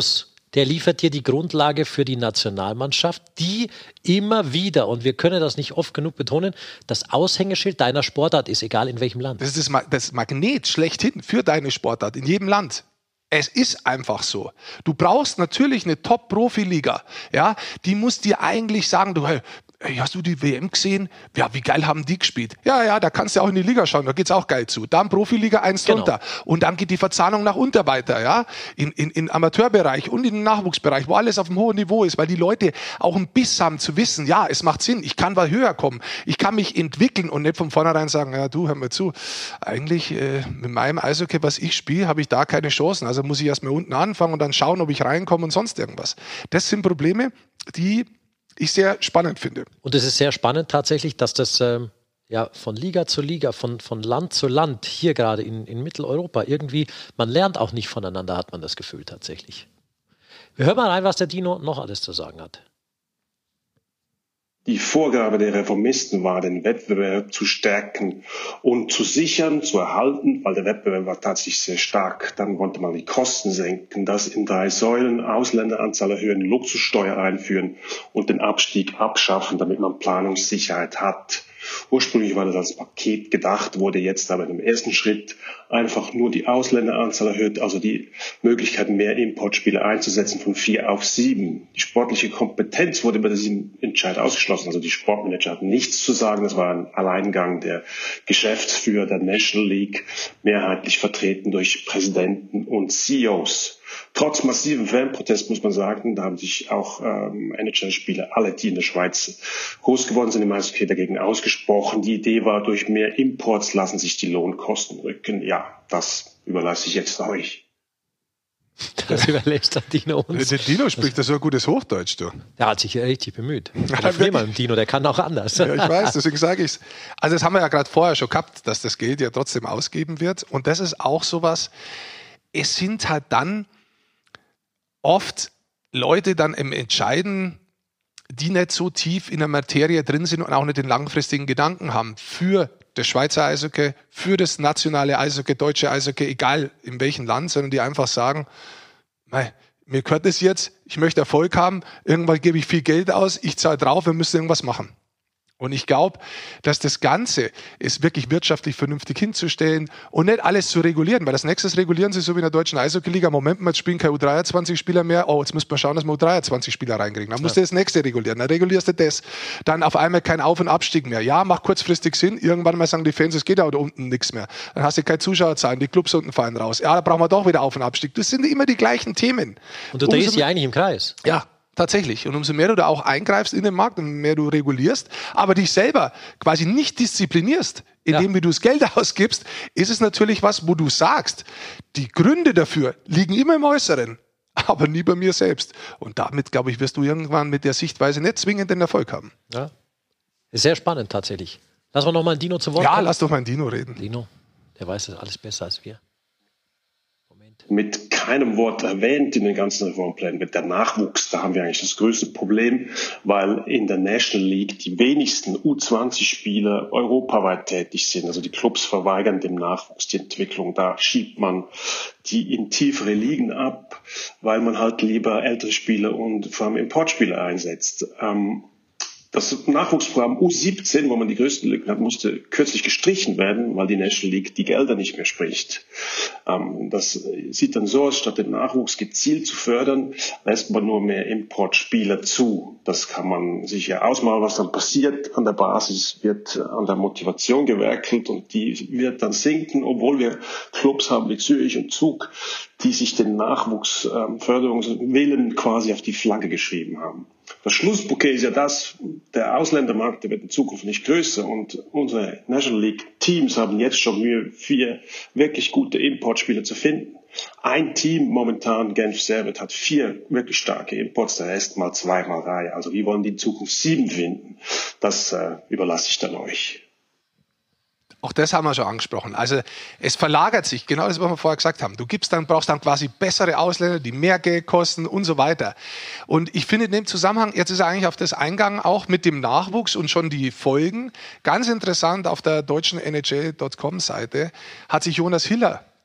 der liefert dir die Grundlage für die Nationalmannschaft, die immer wieder, und wir können das nicht oft genug betonen, das Aushängeschild deiner Sportart ist, egal in welchem Land. Das ist das, Ma- das Magnet schlechthin für deine Sportart in jedem Land. Es ist einfach so. Du brauchst natürlich eine Top-Profi-Liga. Ja, die muss dir eigentlich sagen, du, hey, Hey, hast du die W M gesehen? Ja, wie geil haben die gespielt? Ja, ja, da kannst du auch in die Liga schauen, da geht's auch geil zu. Dann Profiliga eins Genau. drunter. Und dann geht die Verzahnung nach unten weiter, ja. In, in, in Amateurbereich und in den Nachwuchsbereich, wo alles auf einem hohen Niveau ist, weil die Leute auch einen Biss haben zu wissen, ja, es macht Sinn, ich kann mal höher kommen, ich kann mich entwickeln und nicht von vornherein sagen, ja, du, hör mal zu, eigentlich äh, mit meinem Eishockey, was ich spiele, habe ich da keine Chancen. Also muss ich erst mal unten anfangen und dann schauen, ob ich reinkomme und sonst irgendwas. Das sind Probleme, die ich sehr spannend finde. Und es ist sehr spannend tatsächlich, dass das ähm, ja, von Liga zu Liga, von, von Land zu Land, hier gerade in, in Mitteleuropa, irgendwie, man lernt auch nicht voneinander, hat man das Gefühl tatsächlich. Wir hören mal rein, was der Dino noch alles zu sagen hat. Die Vorgabe der Reformisten war, den Wettbewerb zu stärken und zu sichern, zu erhalten, weil der Wettbewerb war tatsächlich sehr stark. Dann wollte man die Kosten senken, das in drei Säulen, Ausländeranzahl erhöhen, Luxussteuer einführen und den Abstieg abschaffen, damit man Planungssicherheit hat. Ursprünglich war das als Paket gedacht, wurde jetzt aber im ersten Schritt einfach nur die Ausländeranzahl erhöht, also die Möglichkeit, mehr Importspieler einzusetzen, von vier auf sieben. Die sportliche Kompetenz wurde bei diesem Entscheid ausgeschlossen, also die Sportmanager hatten nichts zu sagen. Das war ein Alleingang der Geschäftsführer der National League, mehrheitlich vertreten durch Präsidenten und C E Os. Trotz massiven Fanprotest muss man sagen, da haben sich auch ähm, N H L-Spieler, alle, die in der Schweiz groß geworden sind, im Eishockey dagegen ausgesprochen. Die Idee war, durch mehr Imports lassen sich die Lohnkosten rücken. Ja, das überlasse ich jetzt euch. Das überlässt der Dino uns. Der Dino spricht da so ein gutes Hochdeutsch, du. Der hat sich richtig bemüht. Ich telefoniere mal mit dem Dino, der kann auch anders. Ja, ich weiß, deswegen sage ich es. Also das haben wir ja gerade vorher schon gehabt, dass das Geld ja trotzdem ausgeben wird. Und das ist auch sowas, es sind halt dann oft Leute dann im Entscheiden, die nicht so tief in der Materie drin sind und auch nicht den langfristigen Gedanken haben für das Schweizer Eishockey, für das nationale Eishockey, deutsche Eishockey, egal in welchem Land, sondern die einfach sagen, mei, mir gehört das jetzt, ich möchte Erfolg haben, irgendwann gebe ich viel Geld aus, ich zahle drauf, wir müssen irgendwas machen. Und ich glaube, dass das Ganze ist wirklich wirtschaftlich vernünftig hinzustellen und nicht alles zu regulieren, weil das nächste regulieren sie so wie in der deutschen Eishockey-Liga. Moment mal, jetzt spielen keine U dreiundzwanzig-Spieler mehr. Oh, jetzt müssen wir schauen, dass wir U dreiundzwanzig-Spieler reinkriegen. Dann musst du das nächste regulieren. Dann regulierst du das. Dann auf einmal kein Auf- und Abstieg mehr. Ja, macht kurzfristig Sinn. Irgendwann mal sagen die Fans, es geht da unten nichts mehr. Dann hast du keine Zuschauerzahlen, die Clubs unten fallen raus. Ja, da brauchen wir doch wieder Auf- und Abstieg. Das sind immer die gleichen Themen. Und du drehst dich eigentlich im Kreis. Ja. Tatsächlich. Und umso mehr du da auch eingreifst in den Markt, umso mehr du regulierst, aber dich selber quasi nicht disziplinierst, indem ja. du das Geld ausgibst, ist es natürlich was, wo du sagst, die Gründe dafür liegen immer im Äußeren, aber nie bei mir selbst. Und damit, glaube ich, wirst du irgendwann mit der Sichtweise nicht zwingend den Erfolg haben. Ja. Ist sehr spannend tatsächlich. Lass mal noch mal einen Dino zu Wort Ja, kommen. lass doch mal einen Dino reden. Dino, der weiß das alles besser als wir. Mit keinem Wort erwähnt in den ganzen Reformplänen mit der Nachwuchs. Da haben wir eigentlich das größte Problem, weil in der National League die wenigsten U zwanzig-Spieler europaweit tätig sind. Also die Clubs verweigern dem Nachwuchs die Entwicklung. Da schiebt man die in tiefere Ligen ab, weil man halt lieber ältere Spieler und vor allem Importspieler einsetzt. Ähm, Das Nachwuchsprogramm U siebzehn, wo man die größten Lücken hat, musste kürzlich gestrichen werden, weil die National League die Gelder nicht mehr spricht. Ähm, das sieht dann so aus, statt den Nachwuchs gezielt zu fördern, lässt man nur mehr Importspieler zu. Das kann man sich ja ausmalen, was dann passiert. An der Basis wird an der Motivation gewerkelt und die wird dann sinken, obwohl wir Clubs haben wie Zürich und Zug, die sich den Nachwuchsförderungswillen quasi auf die Flagge geschrieben haben. Das Schlussbouquet ist ja das, der Ausländermarkt, der wird in Zukunft nicht größer und unsere National League Teams haben jetzt schon Mühe, vier wirklich gute Importspieler zu finden. Ein Team momentan, Genf Servet, hat vier wirklich starke Imports, der Rest mal zwei, mal drei. Also wir wollen die in Zukunft sieben finden. Das äh, überlasse ich dann euch. Auch das haben wir schon angesprochen. Also es verlagert sich, genau das, was wir vorher gesagt haben. Du gibst dann, brauchst dann quasi bessere Ausländer, die mehr Geld kosten und so weiter. Und ich finde in dem Zusammenhang, jetzt ist er eigentlich auf das Eingang auch mit dem Nachwuchs und schon die Folgen. Ganz interessant, auf der deutschen N H L Punkt com Seite hat sich Jonas Hiller,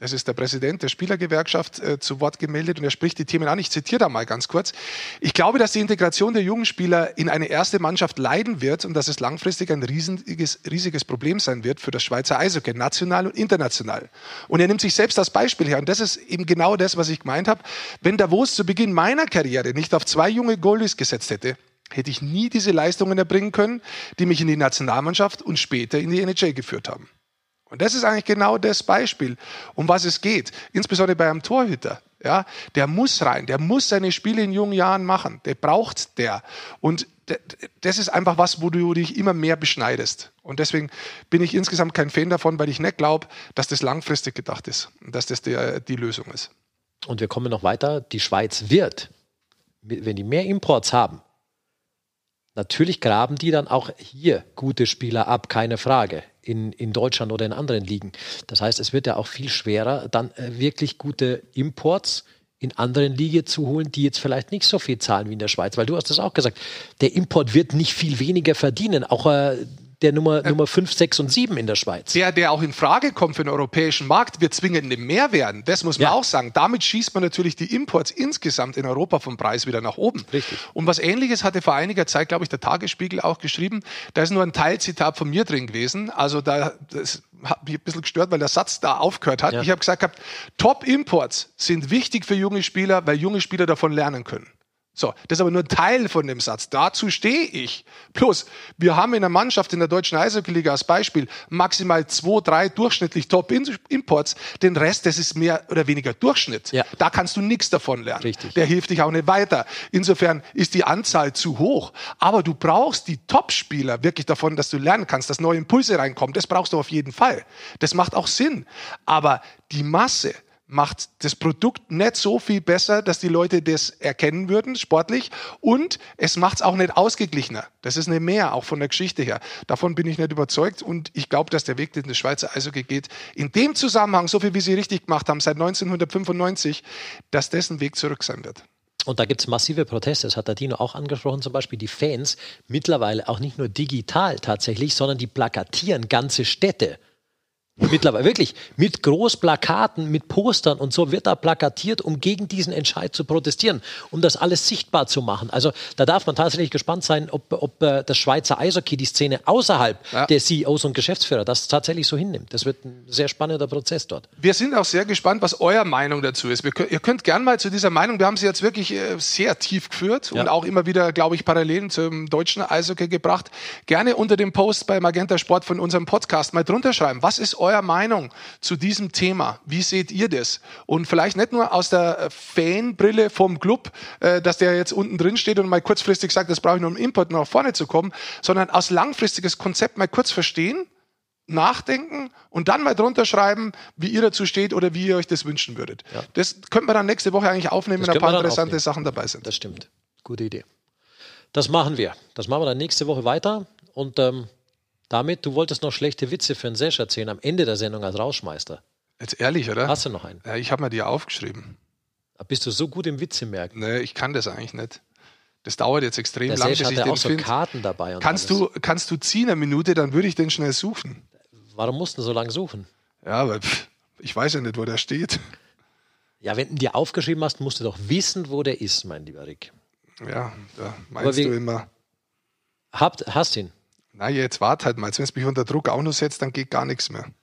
Es ist der Präsident der Spielergewerkschaft äh, zu Wort gemeldet und er spricht die Themen an. Ich zitiere da mal ganz kurz. Ich glaube, dass die Integration der jungen Spieler in eine erste Mannschaft leiden wird und dass es langfristig ein riesiges, riesiges Problem sein wird für das Schweizer Eishockey, national und international. Und er nimmt sich selbst als Beispiel her. Und das ist eben genau das, was ich gemeint habe. Wenn Davos zu Beginn meiner Karriere nicht auf zwei junge Goalies gesetzt hätte, hätte ich nie diese Leistungen erbringen können, die mich in die Nationalmannschaft und später in die N H L geführt haben. Und das ist eigentlich genau das Beispiel, um was es geht. Insbesondere bei einem Torhüter. Ja, der muss rein, der muss seine Spiele in jungen Jahren machen. Der braucht der. Und das ist einfach was, wo du dich immer mehr beschneidest. Und deswegen bin ich insgesamt kein Fan davon, weil ich nicht glaube, dass das langfristig gedacht ist und dass das die, die Lösung ist. Und wir kommen noch weiter. Die Schweiz wird, wenn die mehr Imports haben, natürlich graben die dann auch hier gute Spieler ab, keine Frage, in, in Deutschland oder in anderen Ligen. Das heißt, es wird ja auch viel schwerer, dann äh, wirklich gute Imports in anderen Ligen zu holen, die jetzt vielleicht nicht so viel zahlen wie in der Schweiz. Weil du hast das auch gesagt, der Import wird nicht viel weniger verdienen, auch äh, der Nummer, äh, Nummer fünf, sechs und sieben in der Schweiz. Der, der auch in Frage kommt für den europäischen Markt, wird zwingend mehr werden. Das muss man ja auch sagen. Damit schießt man natürlich die Imports insgesamt in Europa vom Preis wieder nach oben. Richtig. Und was Ähnliches hatte vor einiger Zeit, glaube ich, der Tagesspiegel auch geschrieben. Da ist nur ein Teilzitat von mir drin gewesen. Also da das hat mich ein bisschen gestört, weil der Satz da aufgehört hat. Ja. Ich habe gesagt gehabt, Top-Imports sind wichtig für junge Spieler, weil junge Spieler davon lernen können. So, das ist aber nur ein Teil von dem Satz. Dazu stehe ich. Plus, wir haben in der Mannschaft in der deutschen Eishockey-Liga als Beispiel maximal zwei, drei durchschnittlich Top-Imports. Den Rest, das ist mehr oder weniger Durchschnitt. Ja. Da kannst du nichts davon lernen. Richtig. Der hilft dich auch nicht weiter. Insofern ist die Anzahl zu hoch. Aber du brauchst die Top-Spieler wirklich davon, dass du lernen kannst, dass neue Impulse reinkommen. Das brauchst du auf jeden Fall. Das macht auch Sinn. Aber die Masse macht das Produkt nicht so viel besser, dass die Leute das erkennen würden, sportlich. Und es macht es auch nicht ausgeglichener. Das ist nicht mehr, auch von der Geschichte her. Davon bin ich nicht überzeugt. Und ich glaube, dass der Weg, den das Schweizer Eishockey geht, in dem Zusammenhang, so viel wie sie richtig gemacht haben, seit neunzehnhundertfünfundneunzig, dass das ein Weg zurück sein wird. Und da gibt es massive Proteste, das hat der Dino auch angesprochen, zum Beispiel die Fans, mittlerweile auch nicht nur digital tatsächlich, sondern die plakatieren ganze Städte. Mittlerweile wirklich mit Großplakaten, mit Postern und so wird da plakatiert, um gegen diesen Entscheid zu protestieren, um das alles sichtbar zu machen. Also da darf man tatsächlich gespannt sein, ob, ob äh, das Schweizer Eishockey die Szene außerhalb ja. der C E Os und Geschäftsführer das tatsächlich so hinnimmt. Das wird ein sehr spannender Prozess dort. Wir sind auch sehr gespannt, was eure Meinung dazu ist. Wir, ihr könnt gerne mal zu dieser Meinung, wir haben sie jetzt wirklich äh, sehr tief geführt ja. und auch immer wieder, glaube ich, Parallelen zum deutschen Eishockey gebracht. Gerne unter dem Post bei Magenta Sport von unserem Podcast mal drunter schreiben. Was ist eure Meinung zu diesem Thema? Wie seht ihr das? Und vielleicht nicht nur aus der Fanbrille vom Club, äh, dass der jetzt unten drin steht und mal kurzfristig sagt, das brauche ich nur im Import nach vorne zu kommen, sondern aus langfristiges Konzept mal kurz verstehen, nachdenken und dann mal drunter schreiben, wie ihr dazu steht oder wie ihr euch das wünschen würdet. Ja. Das könnten wir dann nächste Woche eigentlich aufnehmen, das wenn ein paar interessante aufnehmen. Sachen dabei sind. Das stimmt. Gute Idee. Das machen wir. Das machen wir dann nächste Woche weiter und ähm damit, du wolltest noch schlechte Witze für einen Sesh erzählen am Ende der Sendung als Rausschmeißer. Jetzt ehrlich, oder? Hast du noch einen? Ja, ich habe mir die aufgeschrieben. Bist du so gut im Witze merken? Nee, ich kann das eigentlich nicht. Das dauert jetzt extrem der lang, bis ich den auch so finde. Karten dabei. Und kannst, du, kannst du ziehen eine Minute, dann würde ich den schnell suchen. Warum musst du so lange suchen? Ja, weil pff, ich weiß ja nicht, wo der steht. Ja, wenn du dir aufgeschrieben hast, musst du doch wissen, wo der ist, mein lieber Rick. Ja, da meinst du immer. Habt, hast ihn? Na, jetzt wart halt mal. Wenn es mich unter Druck auch noch setzt, dann geht gar nichts mehr.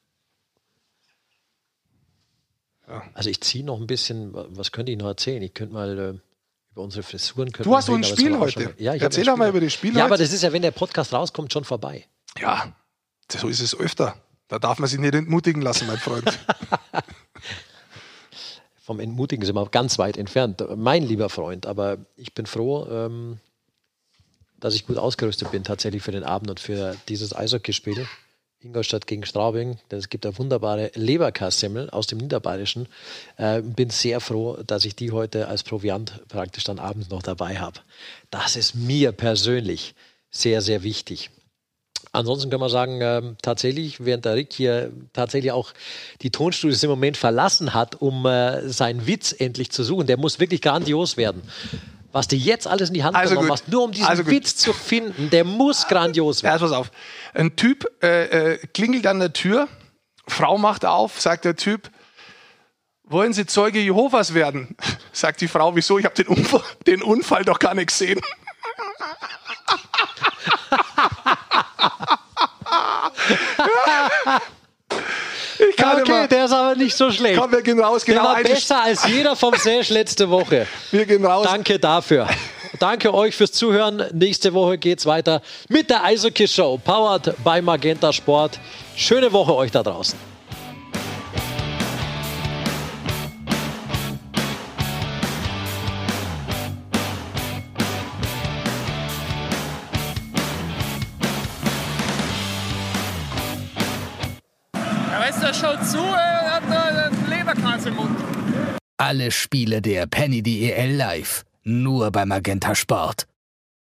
Ja. Also ich ziehe noch ein bisschen, was könnte ich noch erzählen? Ich könnte mal äh, über unsere Frisuren... Du hast so ein Spiel heute. Schon, ja, ich Erzähl doch mal über das Spiel Ja, heute. aber das ist ja, wenn der Podcast rauskommt, schon vorbei. Ja, so ist es öfter. Da darf man sich nicht entmutigen lassen, mein Freund. Vom Entmutigen sind wir ganz weit entfernt. Mein lieber Freund, aber ich bin froh... Ähm, dass ich gut ausgerüstet bin tatsächlich für den Abend und für dieses Eishockeyspiel. Ingolstadt gegen Straubing. Es gibt eine wunderbare Leberkassemmel aus dem Niederbayerischen. Äh, bin sehr froh, dass ich die heute als Proviant praktisch dann abends noch dabei habe. Das ist mir persönlich sehr, sehr wichtig. Ansonsten können wir sagen, äh, tatsächlich, während der Rick hier tatsächlich auch die Tonstudios im Moment verlassen hat, um äh, seinen Witz endlich zu suchen, der muss wirklich grandios werden. Was du jetzt alles in die Hand also genommen hast, nur um diesen also Witz zu finden, der muss grandios werden. Ja, pass auf. Ein Typ äh, äh, klingelt an der Tür, Frau macht auf, sagt der Typ, wollen Sie Zeuge Jehovas werden? Sagt die Frau, wieso? Ich habe den Unfall, den Unfall doch gar nicht gesehen. Ich kann okay, immer, der ist aber nicht so schlecht. Komm, wir gehen raus. Genau, der war besser als jeder vom Sesh letzte Woche. Wir gehen raus. Danke dafür. Danke euch fürs Zuhören. Nächste Woche geht's weiter mit der Eishockey-Show, powered by Magenta Sport. Schöne Woche euch da draußen. Der schaut zu, er hat einen Leberkranz im Mund. Alle Spiele der Penny D E L live. Nur bei Magenta Sport.